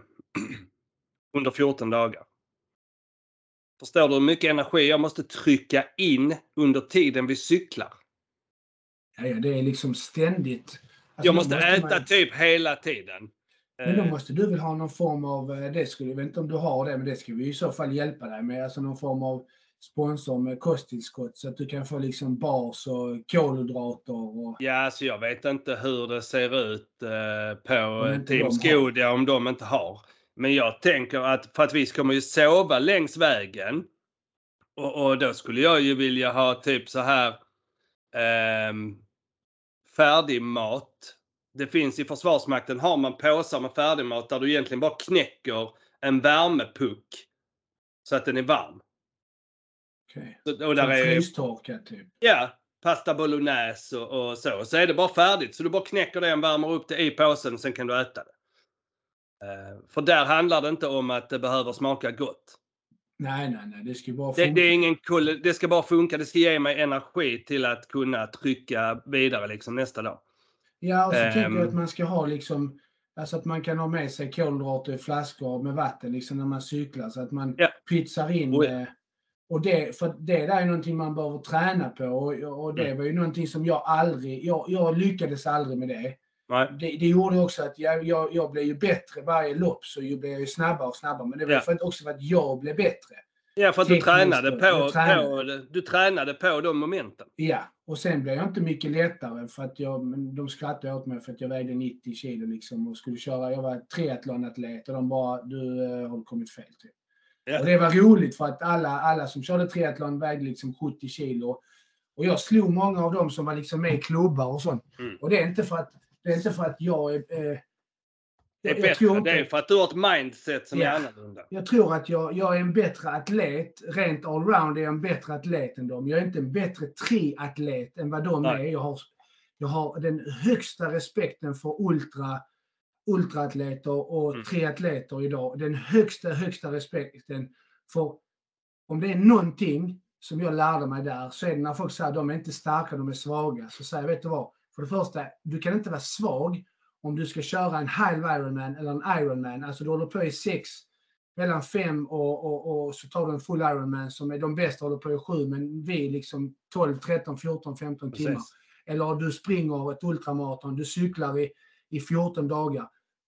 Under fjorton dagar. Förstår du hur mycket energi jag måste trycka in under tiden vi cyklar? Ja, det är liksom ständigt. Alltså, jag måste, måste äta man... typ hela tiden. Men då måste du väl ha någon form av, det skulle jag vet inte om du har det, men det ska vi i så fall hjälpa dig med. Alltså någon form av sponsor med kosttillskott så att du kan få liksom bars och kolhydrater. Och... Ja, alltså jag vet inte hur det ser ut eh, på Team Skoda om de inte har. Men jag tänker att för att vi kommer ju sova längs vägen. Och, och då skulle jag ju vilja ha typ så här eh, färdig mat. Det finns i Försvarsmakten, har man påsar med färdigmat där du egentligen bara knäcker en värmepuck så att den är varm. Okej. Okay. Och där är frystorka typ. Ja, pasta bolognese och, och så. Så är det bara färdigt. Så du bara knäcker det, värmer upp det i påsen och sen kan du äta det. Uh, för där handlar det inte om att det behöver smaka gott. Nej, nej, nej. Det ska bara funka. Det, det, är ingen cool, det ska bara funka. Det ska ge mig energi till att kunna trycka vidare liksom nästa dag. Ja, och så um, tänker jag att man ska ha liksom, alltså att man kan ha med sig kolhydrater i flaskor med vatten liksom när man cyklar. Så att man ja. Pytsar in och, eh, och det, för det där är någonting man behöver träna på. Och, och det mm. var ju någonting som jag aldrig, jag, jag lyckades aldrig med det. Det, det gjorde också att jag, jag, jag blev ju bättre varje lopp, så jag blev ju snabbare och snabbare. Men det var ja. För att också för att jag blev bättre. Ja, för att du tränade, på, tränade. På, du tränade på de momenten. Ja, och sen blev jag inte mycket lättare för att jag, de skrattade åt mig för att jag vägde nittio kilo liksom och skulle köra, jag var triathlonatlet och de bara, du uh, har kommit fel typ. Ja. Och det var roligt för att alla, alla som körde triathlon vägde liksom sjuttio kilo. Och jag slog många av dem som var liksom med i klubbar och sånt. Mm. Och det är inte för att Det är inte för att jag är... Eh, det är bättre, inte, det är för att du har ett mindset som ja, är annorlunda. Jag tror att jag, jag är en bättre atlet, rent allround är jag en bättre atlet än dem. Jag är inte en bättre triatlet än vad de Nej. Är. Jag har, jag har den högsta respekten för ultra, ultraatleter och mm. triatleter idag. Den högsta, högsta respekten för, om det är någonting som jag lärde mig där, så är det när folk säger att de är inte starka, de är svaga. Så säger jag, vet du vad? För det första, du kan inte vara svag om du ska köra en halv Ironman eller en Ironman. Alltså du håller på i sex, mellan fem och, och, och så tar du en full Ironman som är de bästa håller på i sju, men vi liksom tolv, tretton, fjorton, femton Precis. Timmar. Eller du springer ett ultramaraton, du cyklar i, i fjorton dagar.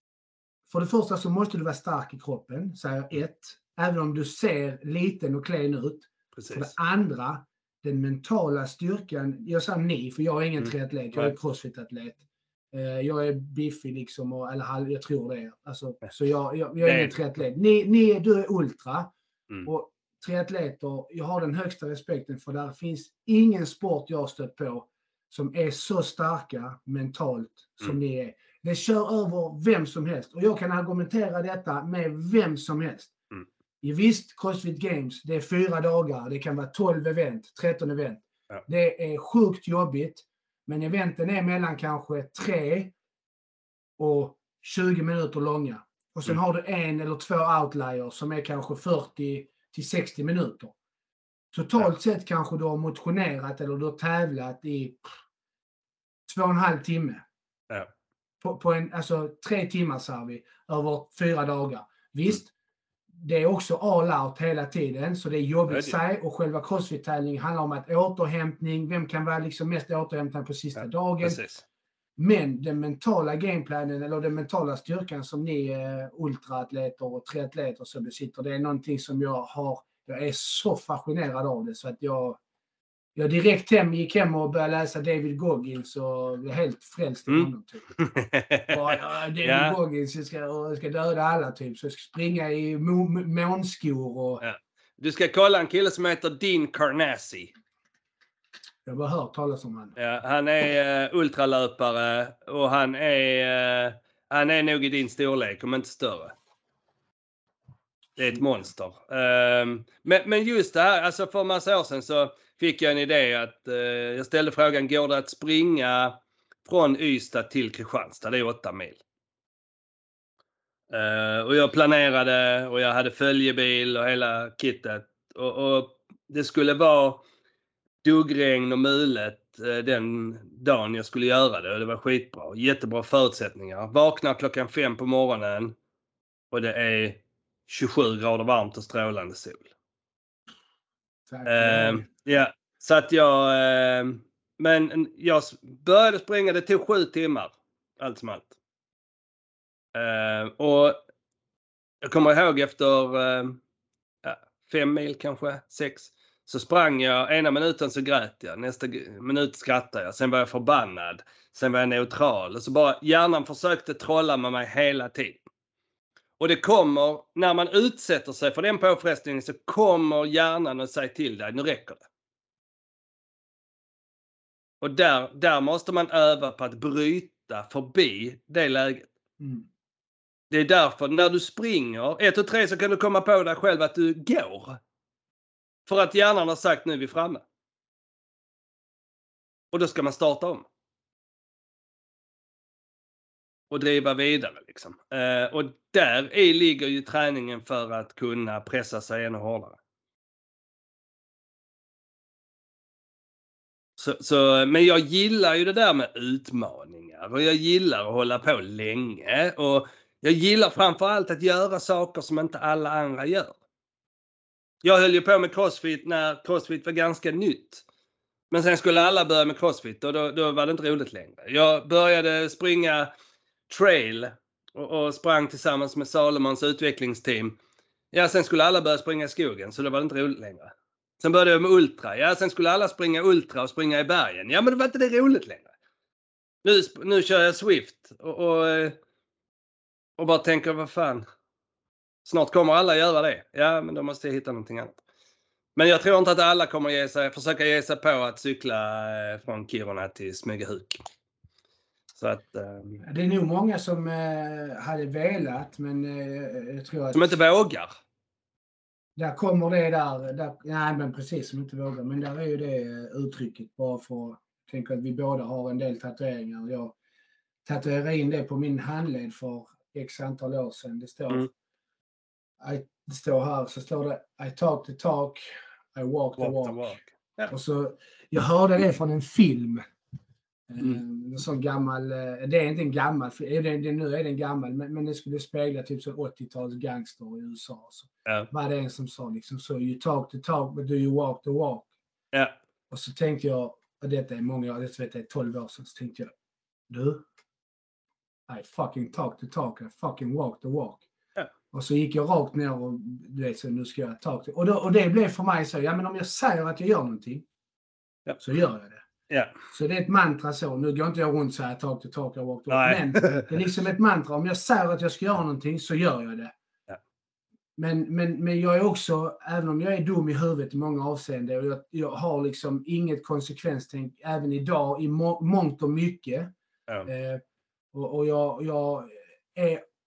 För det första så måste du vara stark i kroppen, säger ett. Även om du ser liten och klen ut. Precis. För det andra, den mentala styrkan, jag sa ni, för jag är ingen mm. triatlet, jag är crossfit-atlet. Uh, jag är biffig liksom, och, eller jag tror det. Alltså, så jag, jag, jag är ingen triatlet. Ni, ni, du är ultra. Mm. Och triatleter, jag har den högsta respekten för där finns ingen sport jag har stött på som är så starka mentalt som mm. ni är. Det kör över vem som helst. Och jag kan argumentera detta med vem som helst. Mm. I visst, CrossFit Games, det är fyra dagar, det kan vara tolv event, tretton event. Ja. Det är sjukt jobbigt. Men eventen är mellan kanske tre och tjugo minuter långa. Och sen Mm. har du en eller två outliers som är kanske fyrtio till sextio minuter. Totalt ja. sett kanske du har motionerat eller du har tävlat i två och en halv timme. Ja. På, på en, alltså tre timmar sa vi, över fyra dagar. Visst, mm. det är också all out hela tiden, så det är jobbigt sig och själva crossfit-tävlingen handlar om att återhämtning, vem kan vara liksom mest återhämtande på sista ja, dagen. Precis. Men den mentala gameplanen eller den mentala styrkan som ni eh, ultraatleter och triatleter som besitter, det är någonting som jag har, jag är så fascinerad av det så att jag Jag direkt hem, gick hem och började läsa David Goggins och blev helt frälst i mm. honom. Typ. Och, ja, David ja. Goggins ska, ska döda alla typ. Så jag ska springa i månskor. Och... Ja. Du ska kolla en kille som heter Dean Carnassi. Jag har bara hört talas om han. Ja, han är uh, ultralöpare och han är, uh, han är nog i din storlek, om inte större. Det är ett monster. Um, men, men just det här, alltså för en massa år sedan så fick jag en idé att uh, jag ställde frågan, går det att springa från Ystad till Kristianstad? Det är åtta mil. Uh, och jag planerade och jag hade följebil och hela kittet. Och, och det skulle vara duggregn och mulet uh, den dagen jag skulle göra det. Och det var skitbra. Jättebra förutsättningar. Vaknar klockan fem på morgonen och det är tjugosju grader varmt och strålande sol. Uh, ja, så att jag... Uh, men jag började springa, det tog sju timmar. Allt som allt. Uh, och jag kommer ihåg efter uh, fem mil kanske, sex. Så sprang jag, ena minuten så grät jag, nästa minut skrattade jag. Sen var jag förbannad, sen var jag neutral. Och så bara hjärnan försökte trolla med mig hela tiden. Och det kommer, när man utsätter sig för den påfrestningen så kommer hjärnan att säga till dig, nu räcker det. Och där, där måste man öva på att bryta förbi det läget. Mm. Det är därför när du springer, ett och tre så kan du komma på dig själv att du går. För att hjärnan har sagt nu är vi framme. Och då ska man starta om. Och driva vidare liksom. Eh, och där i ligger ju träningen för att kunna pressa sig ännu hårdare. Så, så, men jag gillar ju det där med utmaningar. Och jag gillar att hålla på länge. Och jag gillar framförallt att göra saker som inte alla andra gör. Jag höll ju på med crossfit när crossfit var ganska nytt. Men sen skulle alla börja med crossfit och då, då var det inte roligt längre. Jag började springa trail och, och sprang tillsammans med Salomons utvecklingsteam. Ja, sen skulle alla börja springa i skogen så då var det inte roligt längre. Sen började jag med ultra. Ja, sen skulle alla springa ultra och springa i bergen. Ja, men det var inte det roligt längre. Nu, nu kör jag Swift och, och, och bara tänker, vad fan. Snart kommer alla göra det. Ja, men då måste jag hitta någonting annat. Men jag tror inte att alla kommer ge sig, försöka ge sig på att cykla från Kiruna till Smygehuk. Så att, um, det är nog många som eh, hade velat, men eh, jag tror att... Som inte vågar. Där kommer det där, där... Nej, men precis, som inte vågar. Men där är ju det uttrycket bara för att tänka att vi båda har en del tatueringar. Jag tatuerade in det på min handled för x antal år sedan. Det står... Mm. I, det står här, så står det I talk the talk, I walk, walk the walk. The walk. Yeah. Och så, jag hörde det från en film. Mm. En sån gammal, det är inte en gammal, det, det, nu är den gammal, men, men det skulle spegla typ så åttio-tals gangster i U S A. Så yeah. Var det en som sa liksom så, you talk the talk, but do you walk the walk? Yeah. Och så tänkte jag, och detta är många år, det vet jag, tolv år sedan, så tänkte jag, du, I fucking talk the talk, I fucking walk the walk. Och så gick jag rakt ner och du vet, så nu ska jag ta det. Och, då, och det blev för mig så, ja men om jag säger att jag gör någonting, ja. Så gör jag det. Ja. Så det är ett mantra så. Nu går inte jag runt så här, talk to talk, walk to walk. Men det är liksom ett mantra. Om jag säger att jag ska göra någonting så gör jag det. Ja. Men, men, men jag är också, även om jag är dum i huvudet i många avseenden och jag, jag har liksom inget konsekvenstänk även idag i må, mångt och mycket. Ja. Eh, och och jag, jag är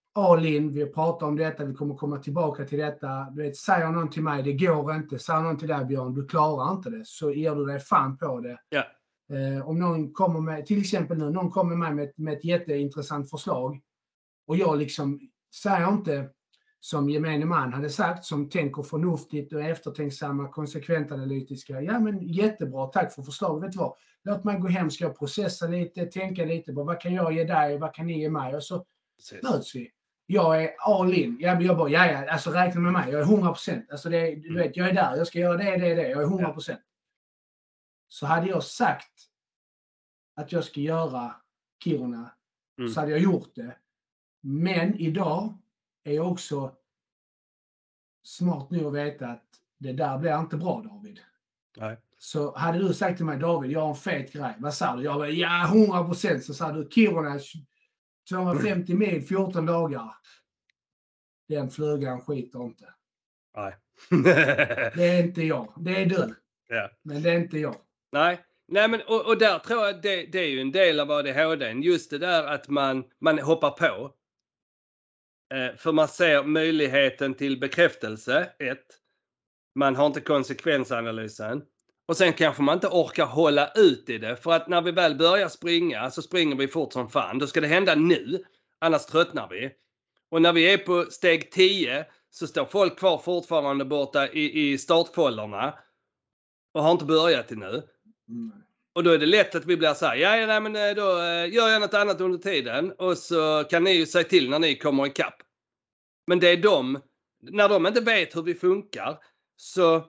all in, vi pratar om detta, vi kommer komma tillbaka till detta. Du vet, säger någon till mig, det går inte. Säger någon till dig, Björn, du klarar inte det. Så ger du dig fan på det. Ja. Eh, om någon kommer med, till exempel nu, någon kommer med med ett, med ett jätteintressant förslag. Och jag liksom säger inte som gemene man hade sagt, som tänker förnuftigt och eftertänksamma, konsekventanalytiska. Ja, men jättebra, tack för förslaget. Vet du vad? Låt mig gå hem, ska jag processa lite, tänka lite på vad kan jag ge dig, vad kan ni ge mig? Och så Precis. möts vi. Jag är all in. Jag, jag bara, ja, ja, alltså räkna med mig. Jag är hundra procent. Alltså det, du vet, jag är där. Jag ska göra det, det, det. Jag är hundra procent. Så hade jag sagt att jag ska göra Kiruna, mm. så hade jag gjort det. Men idag är jag också smart nu att veta att det där blir inte bra, David. Nej. Så hade du sagt till mig, David, jag har en fet grej. Vad sa du? Jag bara, ja, hundra procent. Så sa du, Kiruna, tvåhundrafemtio mil, fjorton dagar. Den flugan skiter inte. Nej. Det är inte jag. Det är du. Ja. Men det är inte jag. Nej. Nej, men och, och där tror jag det, det är ju en del av A D H D. Just det där att man, man hoppar på. Eh, för man ser möjligheten till bekräftelse. Ett. Man har inte konsekvensanalysen. Och sen kanske man inte orkar hålla ut i det. För att när vi väl börjar springa så springer vi fort som fan. Då ska det hända nu. Annars tröttnar vi. Och när vi är på steg tio så står folk kvar fortfarande borta i, i startfållorna. Och har inte börjat till nu. Mm. Och då är det lätt att vi blir så här. Ja, nej, men då gör jag något annat under tiden. Och så kan ni ju säga till när ni kommer ikapp. Men det är de. När de inte vet hur vi funkar. Så...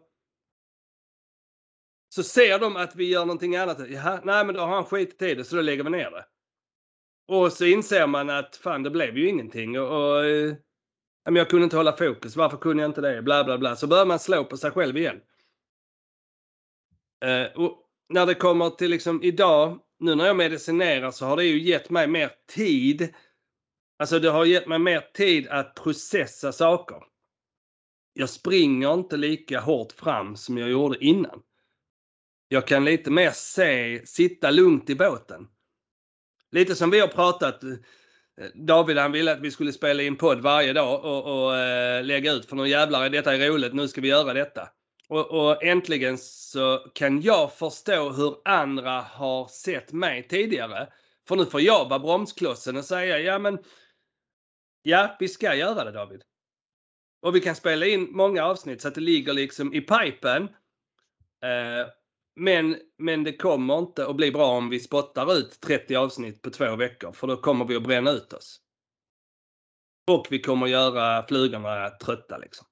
Så ser de att vi gör någonting annat. Jaha, nej men då har han skit i det så då lägger vi ner det. Och så inser man att fan det blev ju ingenting. Och, och jag kunde inte hålla fokus. Varför kunde jag inte det? Bla bla bla. Så börjar man slå på sig själv igen. Uh, och när det kommer till liksom idag. Nu när jag medicinerar så har det ju gett mig mer tid. Alltså det har gett mig mer tid att processa saker. Jag springer inte lika hårt fram som jag gjorde innan. Jag kan lite mer se, sitta lugnt i båten. Lite som vi har pratat. David han ville att vi skulle spela in podd varje dag och, och äh, lägga ut. För någon jävlar, detta är roligt, nu ska vi göra detta. Och, och äntligen så kan jag förstå hur andra har sett mig tidigare. För nu får jag vara bromsklossen och säga, ja men, ja vi ska göra det David. Och vi kan spela in många avsnitt så att det ligger liksom i pipen. Eh, Men, men det kommer inte att bli bra om vi spottar ut trettio avsnitt på två veckor. För då kommer vi att bränna ut oss. Och vi kommer att göra flugorna trötta liksom.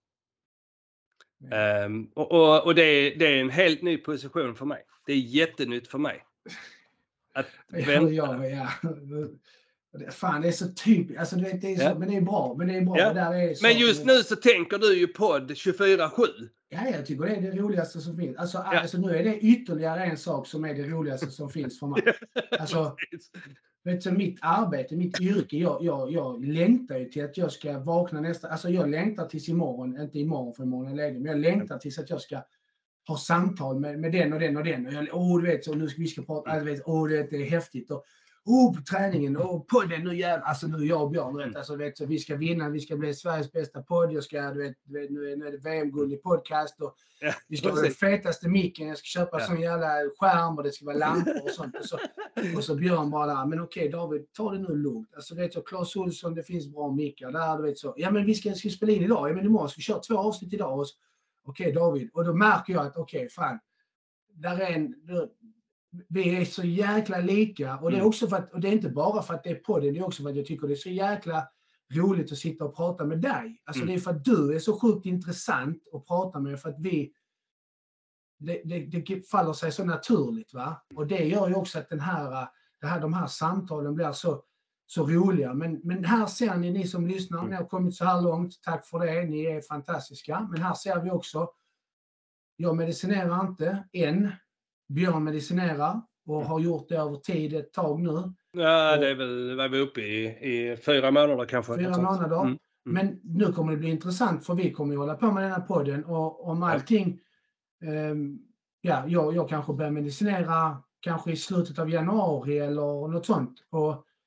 Mm. Um, och och, och det, är, det är en helt ny position för mig. Det är jättenytt för mig. Att vänta. Ja, ja. Fan, det är så typiskt. Alltså, det är så, ja. Men det är bra. Men, det är bra. Ja. Där är men just nu så tänker du ju podd tjugofyra sju. Ja, jag tycker det är det roligaste som finns. Alltså, ja. alltså nu är det ytterligare en sak som är det roligaste som finns för mig. Alltså, vet du, mitt arbete, mitt yrke, jag, jag, jag längtar ju till att jag ska vakna nästa... Alltså jag längtar tills imorgon, inte imorgon för imorgon är ledig, men jag längtar tills att jag ska ha samtal med, med den och den och den. Och jag, åh, du vet, så nu ska vi ska prata, alltså, vet, åh, det är häftigt. Och, oh, på träningen och podden nu jävlar, alltså nu jag och Björn, vet, alltså, vet, så vi ska vinna, vi ska bli Sveriges bästa podd, jag ska, du vet, nu är, nu är det V M-guld i podcast och ja, vi ska ha den fetaste micken, jag ska köpa ja. sån jävla skärm och det ska vara lampor och sånt och så, och så Björn bara där, men okej David, ta det nu lugnt, alltså vet jag, Claes Olsson, det finns bra mickar där, du vet så, ja men vi ska, ska spela in idag, ja men imorgon ska vi köra två avsnitt idag och så, okej David, och då märker jag att okej, fan, där är en, vi är så jäkla lika och det är också för att, och det är inte bara för att det är podden, det är också för att jag tycker det är så jäkla roligt att sitta och prata med dig. Alltså mm. det är för att du är så sjukt intressant att prata med, för att vi det, det, det faller sig så naturligt, va? Och det gör ju också att den här, det här, de här samtalen blir så, så roliga. Men, men här ser ni, ni som lyssnar, mm. ni har kommit så här långt, tack för det, ni är fantastiska. Men här ser vi också, jag medicinerar inte än. Björn medicinerar och har gjort det över tid ett tag nu. Ja, det är väl, var vi uppe i, i fyra månader kanske. Fyra månader. Mm. Mm. Men nu kommer det bli intressant för vi kommer ju hålla på med den här podden och om allting, eh, ja, jag, jag kanske börjar medicinera kanske i slutet av januari eller något sånt. Och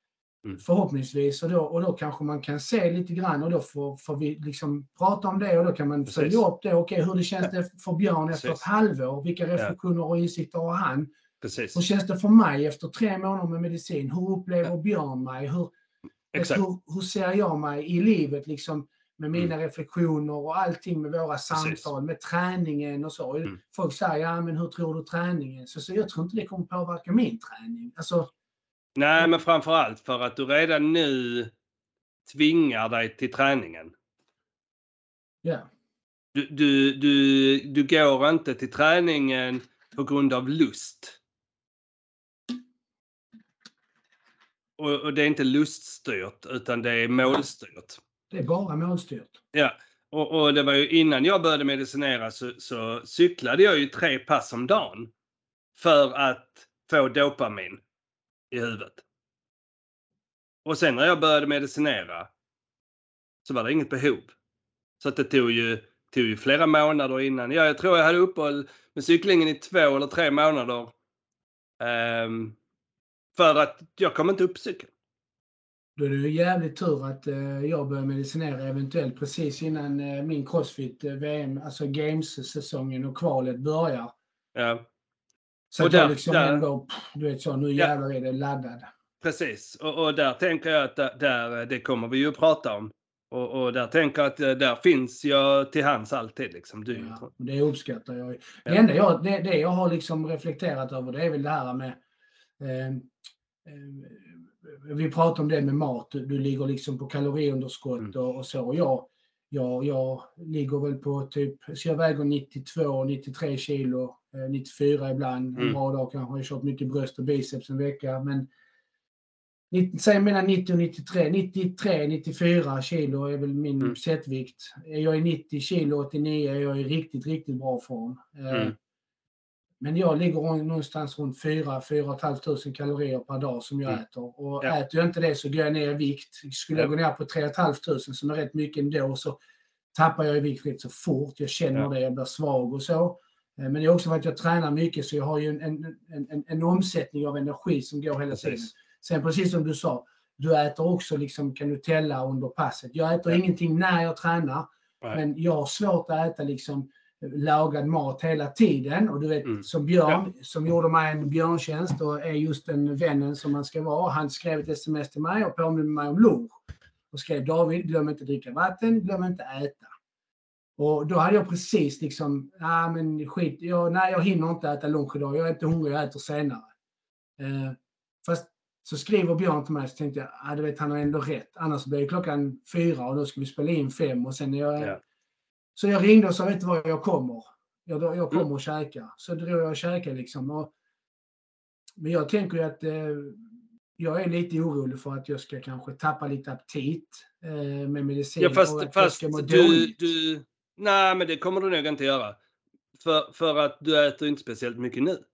Mm. Förhoppningsvis. Och då, och då kanske man kan se lite grann och då får, får vi liksom prata om det och då kan man Precis. följa upp det. Okej, hur det känns Ja. det för Björn efter Precis. ett halvår? Vilka reflektioner och insikter har han? Precis. Hur känns det för mig efter tre månader med medicin? Hur upplever Ja. Björn mig? Hur, Exakt. hur, hur ser jag mig i livet liksom, med mina Mm. reflektioner och allting med våra Precis. samtal, med träningen och så. Mm. Folk säger, ja men hur tror du träningen? Så, så jag tror inte det kommer påverka min träning. Alltså, Nej, men framförallt för att du redan nu tvingar dig till träningen. ja. Du, du, du, du går inte till träningen på grund av lust. Och, och det är inte luststyrt utan det är målstyrt. Det är bara målstyrt. Ja, och, och det var ju innan jag började medicinera så, så cyklade jag ju tre pass om dagen. För att få dopamin i huvudet. Och sen när jag började medicinera så var det inget behov. Så att det tog ju, tog ju flera månader innan. Ja, jag tror jag hade uppehåll med cyklingen i två eller tre månader. Um, för att jag kom inte upp cykeln. Då är det ju jävligt tur att eh, jag började medicinera eventuellt precis innan eh, min Crossfit-V M, alltså Games-säsongen och kvalet börjar. Ja. Så Och att där- jag liksom där- ändå, pff, du vet så, nu Ja. jävlar är det laddad. Precis, och, och där tänker jag att där, där, det kommer vi ju att prata om. Och, och där tänker jag att eh, där finns jag till hands alltid liksom. Du, Ja, och det uppskattar jag. Det Ja. enda jag, det, det jag har liksom reflekterat över det är väl det här med eh, eh, vi pratar om det med mat. Du, du ligger liksom på kaloriunderskott Mm. och, och så. Och jag, jag, jag ligger väl på typ, så jag väger nittiotvå, nittiotre kilo, eh, nittiofyra ibland. En Mm. bra dag kanske har jag kört mycket bröst och biceps en vecka. Men säg mellan nittio och nittiotre, nittiotre, nittiofyra kilo är väl min Mm. setvikt. Är jag i nittio kilo, åttionio är jag i riktigt, riktigt bra form. Eh, Mm. Men jag ligger någonstans runt fyra till fyra tusen femhundra kalorier per dag som jag Mm. äter. Och Ja. äter jag inte det så går jag ner i vikt. Skulle jag Ja. gå ner på tre tusen femhundra som är rätt mycket ändå så tappar jag i vikt rätt så fort. Jag känner Ja. det, jag blir svag och så. Eh, Men det är också för att jag tränar mycket så jag har ju en, en, en, en, en omsättning av energi som går hela tiden. Precis. Sen precis som du sa, du äter också liksom, kan du tälla under passet. Jag äter Ja. ingenting när jag tränar, Nej. men jag har svårt att äta liksom lagad mat hela tiden. Och du vet, Mm. som Björn, som gjorde mig en björntjänst och är just den vännen som man ska vara. Han skrev ett sms till mig och påminde mig om lunch. Och skrev, David, glöm inte dricka vatten, glöm inte äta. Och då hade jag precis liksom, ja ah, men skit, jag, nej jag hinner inte äta lunch idag, jag är inte hungrig, jag äter senare. Eh, fast så skriver Björn till mig så tänkte jag, ah, du vet han har ändå rätt. Annars blir det klockan fyra och då ska vi spela in fem och sen är jag... Ja. Så jag ringde och sa, vet du vad, jag kommer. Jag, jag kommer Mm. och käka. Så drog jag och käkade liksom. Och, men jag tänker ju att eh, jag är lite orolig för att jag ska kanske tappa lite aptit eh, med medicin. Ja, och fast, att jag fast ska må du, dåligt. du... Nej, men det kommer du nog inte göra. För, för att du äter inte speciellt mycket nu.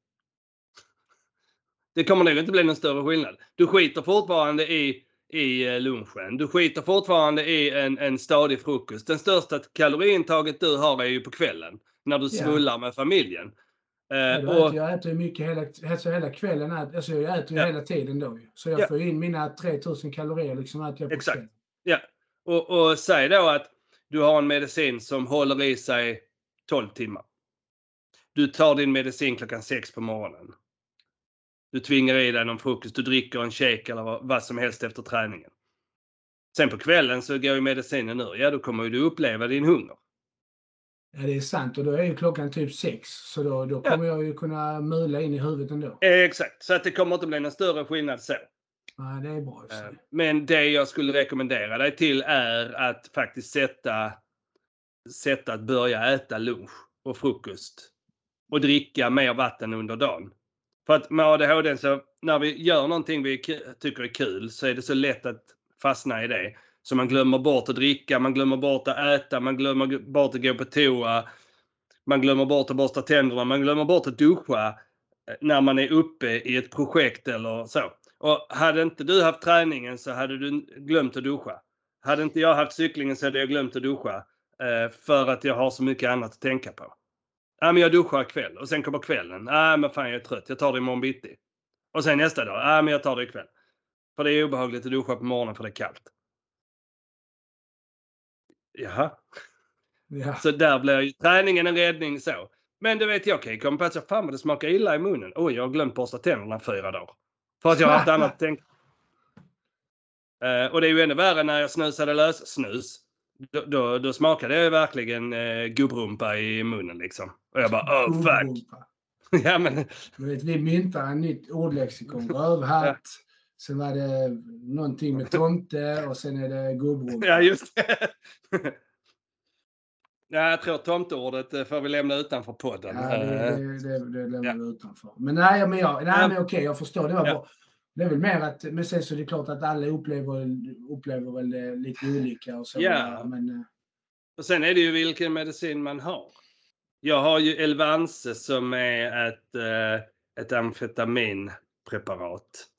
Det kommer nog inte bli någon större skillnad. Du skiter fortfarande i, i lunchen. Du skiter fortfarande i en, en stadig frukost. Den största kaloriintaget du har är ju på kvällen. När du Ja. svullar med familjen. Eh, Ja, då och, äter, jag äter ju mycket hela, alltså hela kvällen. Alltså jag äter ju Ja. hela tiden då. Så jag Ja. får in mina tre tusen kalorier liksom äter jag på Exakt. kvällen. ja. Och, och säg då att du har en medicin som håller i sig tolv timmar. Du tar din medicin klockan sex på morgonen. Du tvingar i dig någon frukost, du dricker en shake eller vad, vad som helst efter träningen. Sen på kvällen så går ju medicinen ur. Ja, då kommer ju du uppleva din hunger. Ja, det är sant. Och då är ju klockan typ sex. Så då, då Ja. kommer jag ju kunna mula in i huvudet ändå. Eh, exakt, så att det kommer inte bli någon större skillnad så. Ja, det är bra. Eh, Så. Men det jag skulle rekommendera dig till är att faktiskt sätta, sätta att börja äta lunch och frukost. Och dricka mer vatten under dagen. För att med A D H D så när vi gör någonting vi tycker är kul så är det så lätt att fastna i det. Så man glömmer bort att dricka, man glömmer bort att äta, man glömmer bort att gå på toa. Man glömmer bort att borsta tänderna, man glömmer bort att duscha när man är uppe i ett projekt eller så. Och hade inte du haft träningen så hade du glömt att duscha. Hade inte jag haft cyklingen så hade jag glömt att duscha. För att jag har så mycket annat att tänka på. Ja, men jag duschar kväll och sen kommer kvällen. Ja, men fan jag är trött. Jag tar det imorgon bitti. Och sen nästa dag. Ja, men jag tar det ikväll. För det är obehagligt att duscha på morgonen för det är kallt. Jaha. Ja. Så där blir ju träningen en räddning så. Men du vet jag kan ju komma på att så, fan vad det smakar illa i munnen. Oj, jag har glömt borsta tänderna fyra dagar. För att jag har haft annat att tänka. Uh, och det är ju ännu värre när jag snusade lös snus. Då, då, då smakade det verkligen uh, gubbrumpa i munnen liksom. Och jag bara, oh fuck. Ja, men... Du vet, vi myntade en nytt ordlexikon. Rövhatt. Ja. Sen var det någonting med tomte och sen är det gubbrumpa. Ja, just det. Ja, jag tror tomteordet får vi lämna utanför podden. Ja, det, det, det, det lämnar vi ja. utanför. Men nej, men, jag, nej, men okej, jag förstår. Det var ja. bra. Det är väl mer att, men sen så är det klart att alla upplever, upplever väl det lite olika och så. Ja. Men, och sen är det ju vilken medicin man har. Jag har ju Elvanse som är ett, ett amfetaminpreparat.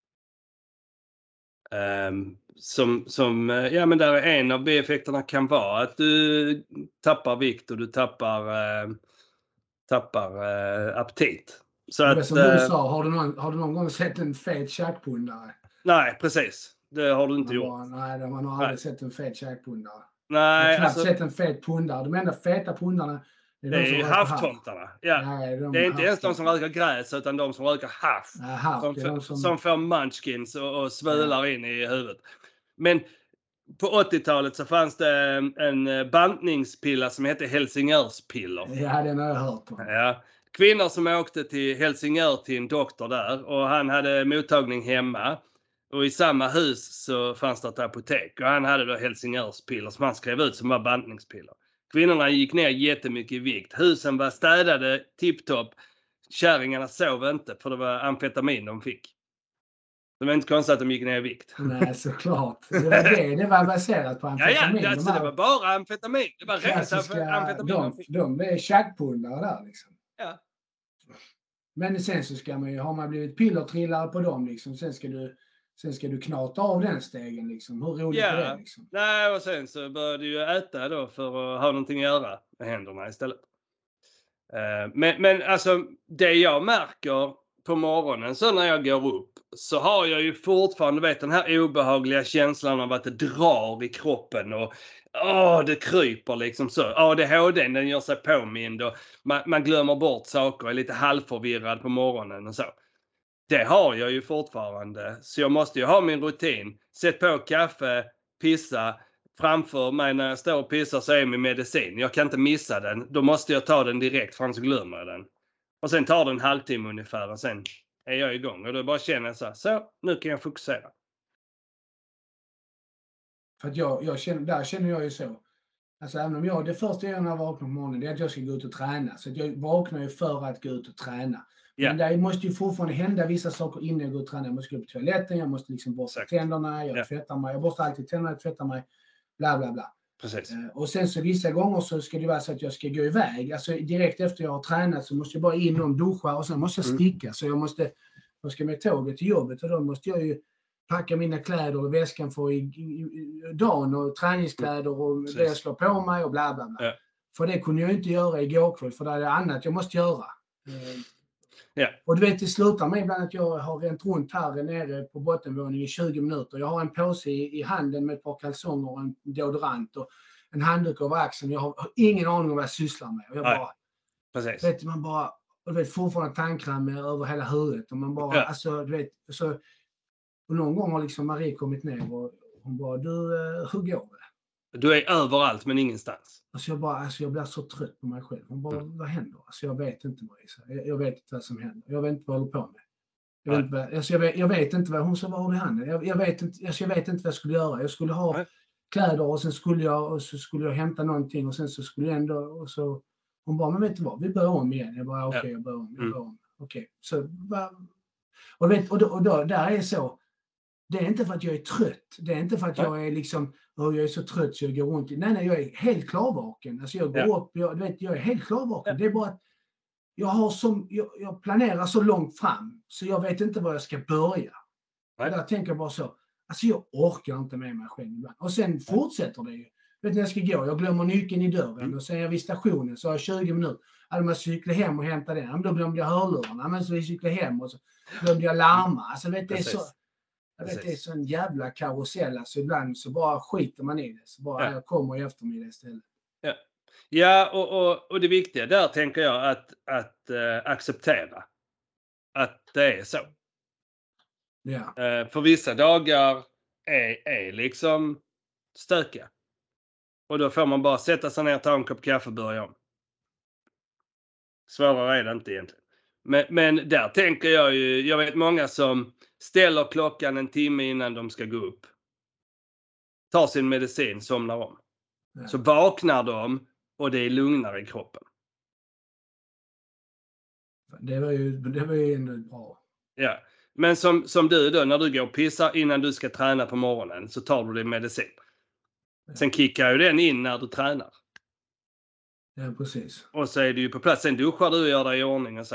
Um, som, som, ja men där är en av bieffekterna kan vara att du tappar vikt och du tappar, uh, tappar uh, aptit. Så att, som du uh, sa, har du, någon, har du någon gång sett en fet käkpundare? Nej, precis. Det har du inte man gjort. Bara, nej, man har aldrig nej. sett en fet käkpundare. Nej, jag har knappt alltså, sett en fet pundare. De enda feta pundarna det är, det är havstomtarna. Ja. Nej, de det är inte ens de som röker gräs utan de som röker haff. Ja, haff som, de som... som får munchkins och, och svular ja. in i huvudet. Men på åttiotalet så fanns det en bantningspilla som hette Helsingörspiller. Ja, den har jag hört om. Ja. Kvinnor som åkte till Helsingör till en doktor där och han hade mottagning hemma. Och i samma hus så fanns det ett apotek och han hade då Helsingörspiller som han skrev ut som var bantningspiller. Kvinnorna gick ner jättemycket i vikt. Husen var städade tipptopp. Kärringarna sov inte för det var amfetamin de fick. Det var inte konstigt att de gick ner i vikt. Nej, såklart. Det var det. Det var baserat på amfetamin. Ja, ja. Alltså, det var bara amfetamin. Det var rent amfetamin. De, de är tjackpundare där liksom. Ja. Men sen så ska man ju, har man blivit pillertrillare på dem liksom. Sen ska du... Sen ska du knata av den stegen liksom. Hur roligt ja. är det liksom? Nej, och sen så började du ju äta då för att ha någonting att göra med händerna istället. Uh, men, men alltså det jag märker på morgonen så när jag går upp så har jag ju fortfarande vet den här obehagliga känslan av att det drar i kroppen och åh, det kryper liksom så. A D H D den gör sig påmind och man, man glömmer bort saker och är lite halvförvirrad på morgonen och så. Det har jag ju fortfarande. Så jag måste ju ha min rutin. Sätt på kaffe, pissa. Framför mig när jag står och pissar så är min medicin. Jag kan inte missa den. Då måste jag ta den direkt för annars glömmer jag den. Och sen tar det en halvtimme ungefär och sen är jag igång. Och då bara känner jag så här, så nu kan jag fokusera. För att jag, jag känner, där känner jag ju så. Alltså även om jag, det första jag gör när jag vaknar på morgonen det är att jag ska gå ut och träna. Så att jag vaknar ju för att gå ut och träna. Men yeah. det måste ju fortfarande hända vissa saker innan jag går och tränar. Jag måste gå på toaletten, jag måste liksom borsta Exakt. tänderna, jag yeah. tvättar mig. Jag borstar alltid tänderna, jag tvättar mig. Bla bla bla. Precis. Uh, och sen så vissa gånger så ska det vara så att jag ska gå iväg. Alltså direkt efter jag har tränat så måste jag bara in och duscha och sen måste jag sticka. Mm. Så jag måste, jag ska med tåget till jobbet och då måste jag ju packa mina kläder och väskan för i, i, i dagen och träningskläder och Precis. det jag slår på mig och bla bla bla. Yeah. För det kunde jag inte göra igår kväll för det är annat jag måste göra. Uh, Yeah. Och du vet, det slutar med ibland att jag har rent runt här nere på bottenvåningen i tjugo minuter. Jag har en påse i, i handen med ett par kalsonger och en deodorant och en handduk över axeln. Jag har, har ingen aning om vad jag sysslar med. Och jag bara, Precis. vet, man bara, och du vet, fortfarande tandkräm över hela huvudet. Och man bara, yeah. alltså, du vet, så, och någon gång har liksom Marie kommit ner och hon bara, du, hur går det? Du är överallt men ingenstans. Alltså jag, bara, alltså jag blir så trött på mig själv. Hon bara, mm. vad händer? Alltså jag vet inte Marisa. Jag, jag vet inte vad som händer. Jag vet inte vad jag håller på med. Jag vet, inte, alltså jag, vet, jag vet inte vad hon sa var i handen. Jag, jag, vet inte, alltså jag vet inte vad jag skulle göra. Jag skulle ha Nej. kläder och sen skulle jag, och så skulle jag hämta någonting och sen så skulle jag ändå... Och så, hon bara, men vet du vad? Vi börjar om igen. Jag bara, okej, okay, ja. jag börjar om. Jag börjar om. Okej, okay. Så... Och, vet, och, då, och då, där är så... Det är inte för att jag är trött. Det är inte för att jag är liksom, jag är så trött så jag går runt. Nej, nej, jag är helt klarvaken. Alltså jag går ja. upp, jag, du vet, jag är helt klarvaken. Ja. Det är bara att jag, har som, jag, jag planerar så långt fram så jag vet inte var jag ska börja. Och där tänker jag bara så, alltså jag orkar inte med mig själv ibland. Och sen fortsätter det ju. Vet ni, jag ska gå, jag glömmer nyckeln i dörren mm. och sen är jag vid stationen så har jag tjugo minuter. Alltså man cyklar hem och hämtar den. Då glömde jag hörlurarna, men så vi cyklar hem och så glömde jag larma. Alltså vet det är så... Jag vet, det är sån jävla karusell. Alltså ibland så bara skiter man i det. Så bara, Ja. jag kommer i eftermiddag istället. Ja, ja och, och, och det viktiga där tänker jag att, att äh, acceptera att det är så. Ja. Äh, för vissa dagar är, är liksom stökiga. Och då får man bara sätta sig ner, ta en kopp kaffe och börja om. Svårare är det inte egentligen. Men, men där tänker jag ju, jag vet många som ställer klockan en timme innan de ska gå upp. Tar sin medicin, somnar om. Ja. Så vaknar de och det är lugnare i kroppen. Det var ju, det var ju ändå bra. Ja, men som, som du då, när du går och pissar innan du ska träna på morgonen så tar du din medicin. Ja. Sen kickar ju den in när du tränar. Ja, precis. Och så är du ju på plats. Sen duschar du och gör dig i ordning och så.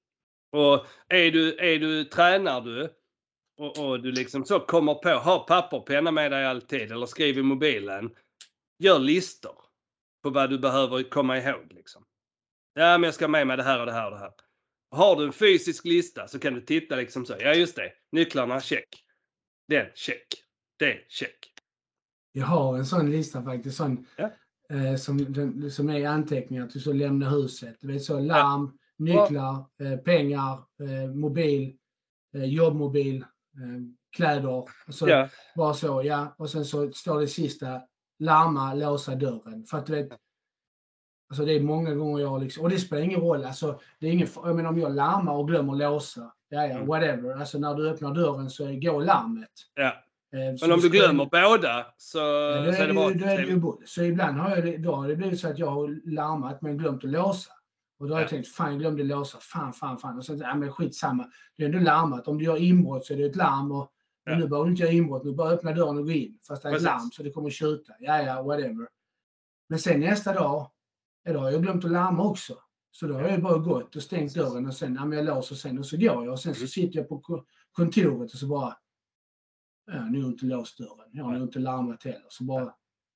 Och är du, är du tränar du och, och du liksom så kommer på, ha papper och penna med dig alltid eller skriv i mobilen. Gör listor på vad du behöver komma ihåg liksom. Ja, men jag ska med mig det här och det här och det här. Har du en fysisk lista så kan du titta liksom så. Ja, just det. Nycklarna, check. Den, check. Det, check. Jag har en sån lista faktiskt. Sån, Ja. eh, som, den, som är anteckningar till så lämna huset. Du vet så larm, Ja. nycklar, eh, pengar, eh, mobil, eh, jobbmobil, eh, kläder. Alltså, Ja. bara så, ja. Och sen så står det sista, larma, låsa dörren. För att du vet, alltså det är många gånger jag liksom, och det spelar ingen roll, alltså det är ingen, jag menar om jag larmar och glömmer låsa, ja ja, Mm. whatever, alltså när du öppnar dörren så går larmet. Ja. Eh, Men om du glömmer båda så, ja, då så är det bara... Ju, då är det ju, så ibland har jag det, då har det blivit så att jag har larmat men glömt att låsa. Och då har Ja. jag tänkt, fan jag glömde låsa, fan, fan, fan. Och så, ja men skitsamma, det är ändå larmat. Om du gör inbrott så är det ett larm och men Ja. nu behöver du inte göra inbrott, nu bara öppna dörren och gå in. Fast det är ett Precis. larm så det kommer att tjuta, ja ja, whatever. Men sen nästa dag, ja, då har jag glömt att larma också. Så då har jag bara gått och stängt dörren och sen, ja men jag låser sen och så går jag. Och sen så Mm. sitter jag på kontoret och så bara, ja nu har jag inte låst dörren, jag har nog inte larmat heller. Så bara,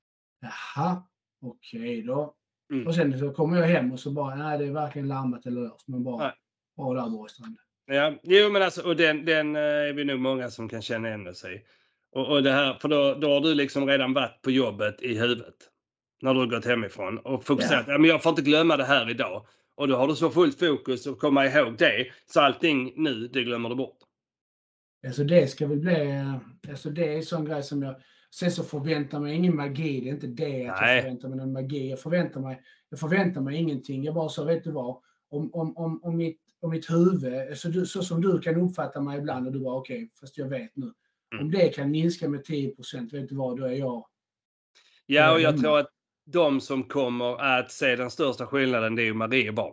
jaha, okej okay då. Mm. Och sen så kommer jag hem och så bara, nej det är varken larmat eller låst, men bara, Nej. bara där borstrande. Ja, jo men alltså, och den, den är vi nog många som kan känna igen sig. Och, och det här, för då, då har du liksom redan varit på jobbet i huvudet. När du har gått hemifrån och fokuserat, ja. Ja, men jag får inte glömma det här idag. Och då har du så fullt fokus och komma ihåg det. Så allting nu, det glömmer du bort. Alltså det ska väl bli, alltså det är en sån grej som jag, sen så förväntar mig ingen magi, det är inte det att Nej. jag förväntar mig någon magi. Jag förväntar mig, jag förväntar mig ingenting, jag bara så vet du vad, om, om, om, om, mitt, om mitt huvud, så, du, så som du kan uppfatta mig ibland och du bara okej, okay, fast jag vet nu. Mm. Om det kan minska med tio procent, vet du vad, då är jag. Ja, och jag hemma. tror att de som kommer att se den största skillnaden, det är ju Marie och barn.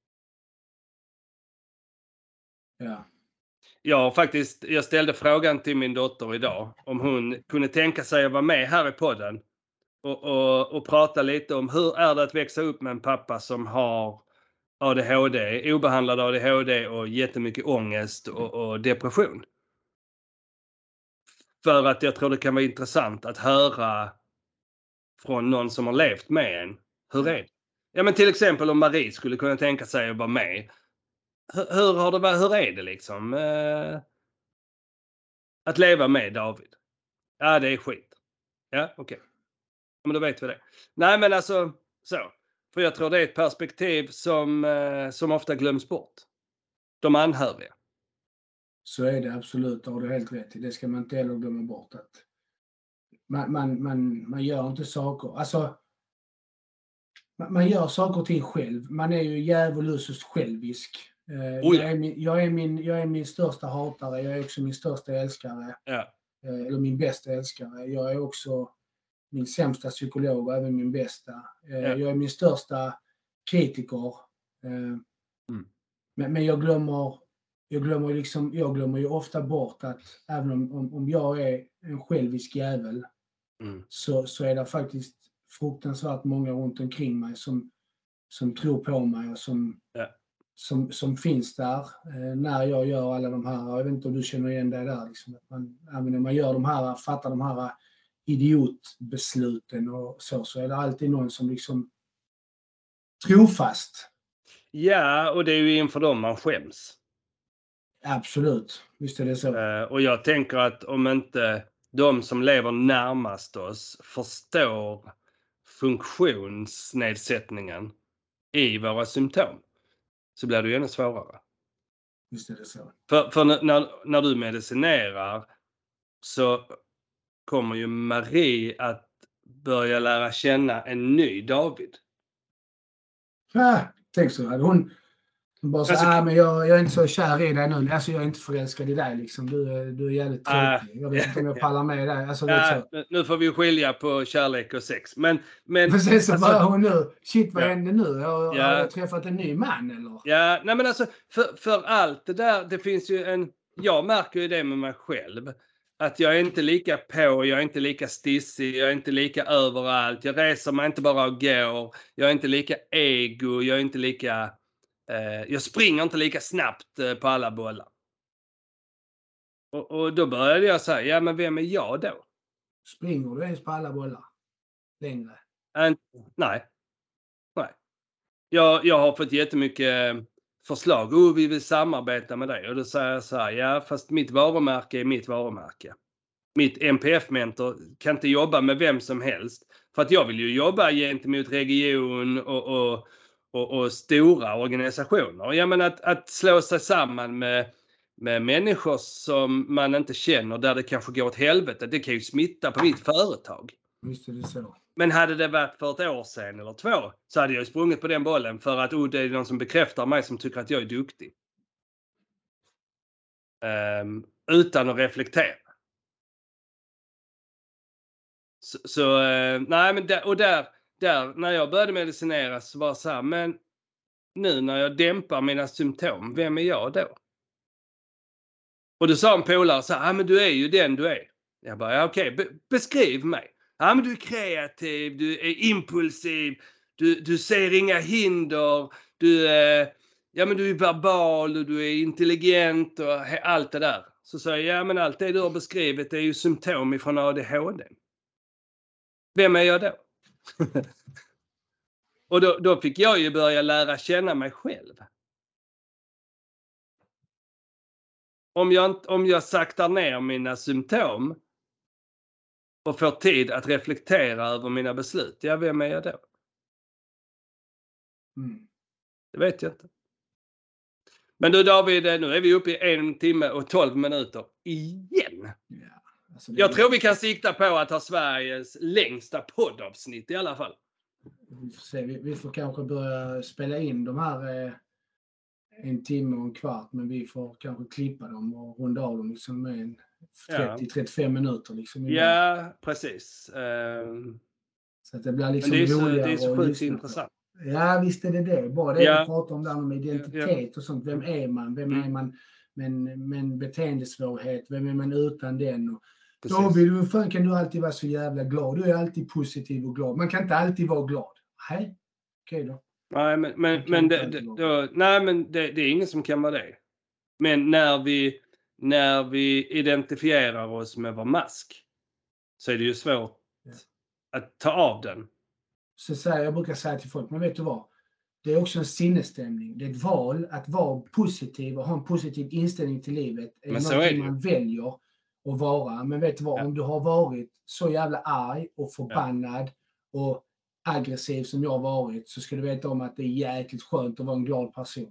Ja. Ja, faktiskt, jag ställde frågan till min dotter idag om hon kunde tänka sig att vara med här i podden och, och, och prata lite om hur är det att växa upp med en pappa som har A D H D, obehandlad A D H D och jättemycket ångest och, och depression. För att jag tror det kan vara intressant att höra från någon som har levt med en. Hur är det? Ja, men till exempel om Marie skulle kunna tänka sig att vara med. Hur, hur har det varit? Hur är det liksom? Eh, att leva med David? Ja, det är skit. Ja, okej. Okay. Men då vet vi det. Nej, men alltså så. För jag tror det är ett perspektiv som, eh, som ofta glöms bort. De anhöriga. Så är det absolut, det har du helt rätt i. Det ska man inte heller glömma bort. Att man, man, man, man gör inte saker. Alltså, man, man gör saker och ting själv. Man är ju djävulusiskt självisk. Eh, Oh, ja. jag, är min, jag, är min, jag är min största hatare. Jag är också min största älskare. Ja. Eh, eller min bästa älskare. Jag är också min sämsta psykolog och även min bästa. Eh, Ja. Jag är min största kritiker. Eh, Mm. men, men jag glömmer Jag glömmer, liksom, jag glömmer ju ofta bort att även om, om, om jag är en självisk jävel Mm. så, så är det faktiskt fruktansvärt många runt omkring mig som, som tror på mig och som, Ja. som, som finns där eh, när jag gör alla de här, jag vet inte om du känner igen dig där, liksom, att man, även när man gör de här, fattar de här idiotbesluten och så, så är det alltid någon som liksom trofast. Ja, och det är ju inför dem man skäms. Absolut, visst är det så. Uh, och jag tänker att om inte de som lever närmast oss förstår funktionsnedsättningen i våra symptom så blir det ju ännu svårare. Visst är det så. För, för när, när du medicinerar så kommer ju Marie att börja lära känna en ny David. Ah, tänk så. Hade hon, hon bara så Alltså, ah, men jag, jag är inte så kär i dig nu. Alltså jag är inte förälskad i dig liksom. Du, är- du är jävligt tråkig. Jag vet inte om jag pallar med dig. Alltså, vet Ja, så. nu- nu får vi skilja på kärlek och sex. Men, men Men sen så alltså, börjar hon nu. Shit, vad Ja. händer nu? Har, Ja. har jag träffat en ny man eller? ja, nej men alltså för, för allt det där, det finns ju en, jag märker ju det med mig själv. Att jag är inte lika på, jag är inte lika stissig, jag är inte lika överallt. Jag reser mig inte bara och går. Jag är inte lika ego, jag är inte lika, eh, jag springer inte lika snabbt eh, på alla bollar. Och, och då började jag säga, ja men vem är jag då? Springer du ens på alla bollar? Längre? En, nej. Nej. Jag, jag har fått jättemycket förslag. Oh, vi vill samarbeta med dig. Och då säger jag så här, ja fast mitt varumärke är mitt varumärke. Mitt M P F-mentor kan inte jobba med vem som helst. För att jag vill ju jobba gentemot region och, och, och, och stora organisationer. Jag menar att, att slå sig samman med, med människor som man inte känner där det kanske går åt helvete. Det kan ju smitta på mitt företag. Visst är det så. Men hade det varit för ett år sedan eller två så hade jag ju sprungit på den bollen för att oh, det är någon som bekräftar mig som tycker att jag är duktig. Um, utan att reflektera. Så, så uh, nej men där, och där, där när jag började medicinera så var det så här, men nu när jag dämpar mina symptom, vem är jag då? Och då sa en polare så här, ah, men du är ju den du är. Jag bara, ja, okej, okay, be- beskriv mig. Ja, men du är kreativ, du är impulsiv, du, du ser inga hinder, du, eh, ja, men du är verbal och du är intelligent och he- allt det där. Så sa jag, ja men allt det du har beskrivit är ju symptom ifrån A D H D. Vem är jag då? Och då, då fick jag ju börja lära känna mig själv. Om jag, om jag saktar ner mina symptom och får tid att reflektera över mina beslut, ja vem är jag då? Mm. Det vet jag inte. Men du David, nu är vi uppe i en timme och tolv minuter igen. Ja, alltså det Jag är- tror vi kan sikta på att ha Sveriges längsta poddavsnitt i alla fall. Vi får, se. Vi, vi får kanske börja spela in de här eh, en timme och en kvart, men vi får kanske klippa dem och runda av dem liksom med en trettio till trettiofem minuter. Liksom Ja, precis. Um, så att det blir men liksom det är så, roligare det är så att sjukt lyssna på. intressant. Ja, visst är det det. Bara det Ja. vi pratar om där med identitet Ja. och sånt. Vem är man? Vem Mm. är man med en, med en beteendesvårighet? Vem är man utan den? Och Precis. David, hur fan kan du alltid vara så jävla glad? Du är alltid positiv och glad. Man kan inte alltid vara glad. Nej, okej då. Nej, men, men, kan men, inte det, alltid det, vara. då, nej, men det, det är ingen som kan vara det. Men när vi, när vi identifierar oss med vår mask så är det ju svårt Ja. att ta av den. Så säger, jag brukar säga till folk, men vet du vad? Det är också en sinnesstämning. Det är ett val att vara positiv och ha en positiv inställning till livet. Det är Men så någonting är det ju. man väljer att vara. Men vet du vad? Ja. Om du har varit så jävla arg och förbannad och aggressiv som jag har varit, så ska du veta om att det är jäkligt skönt att vara en glad person.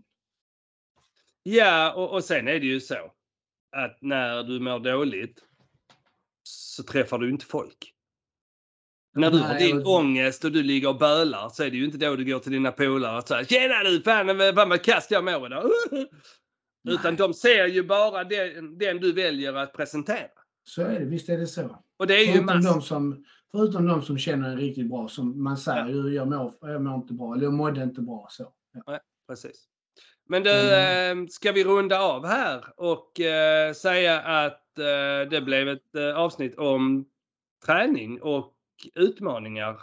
Ja, och, och sen är det ju så att när du mår dåligt så träffar du inte folk. När du Nej, har din och- ångest och du ligger och bölar så är det ju inte då du går till dina polare och säger tjena du, fan vad kast jag mår idag. Utan de ser ju bara den, den du väljer att presentera. Så är det, visst är det så. Och det är ju Förutom massor. de, som, förutom de som känner en riktigt bra, som man säger, Ja. jag, mår, jag mår inte bra, eller jag mådde inte bra. Så. Ja. Precis. Men du, Mm. ska vi runda av här och eh, säga att eh, det blev ett eh, avsnitt om träning och utmaningar.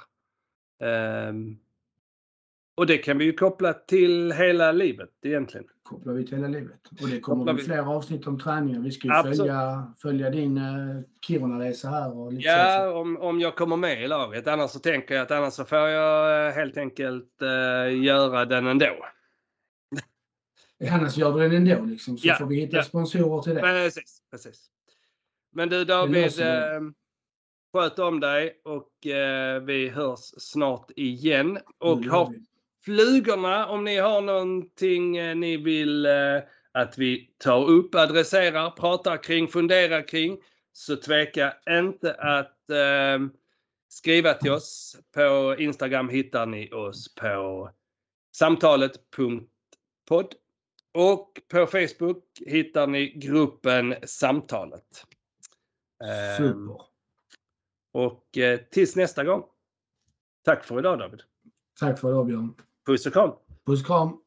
Um, och det kan vi ju koppla till hela livet egentligen. Kopplar vi till hela livet. Och det kommer Kopplar bli vi- flera avsnitt om träningar. Vi ska ju Absolut. följa, följa din uh, Kiruna-resa här. Och lite så. Ja, om, om jag kommer med i laget. Annars så tänker jag att annars så får jag eh, helt enkelt eh, göra den ändå. Annars gör du den ändå liksom, så Ja, får vi hitta ja. sponsorer till det. Precis, precis. Men du David, eh, sköt om dig och eh, vi hörs snart igen. Och har flugorna, om ni har någonting eh, ni vill eh, att vi tar upp, adresserar, pratar kring, funderar kring, så tveka inte att eh, skriva till oss. På Instagram hittar ni oss på samtalet punkt podd. Och på Facebook hittar ni gruppen Samtalet. Super. Och eh, tills nästa gång. Tack för idag David. Tack för idag Björn. Puss och kram. Puss och kram.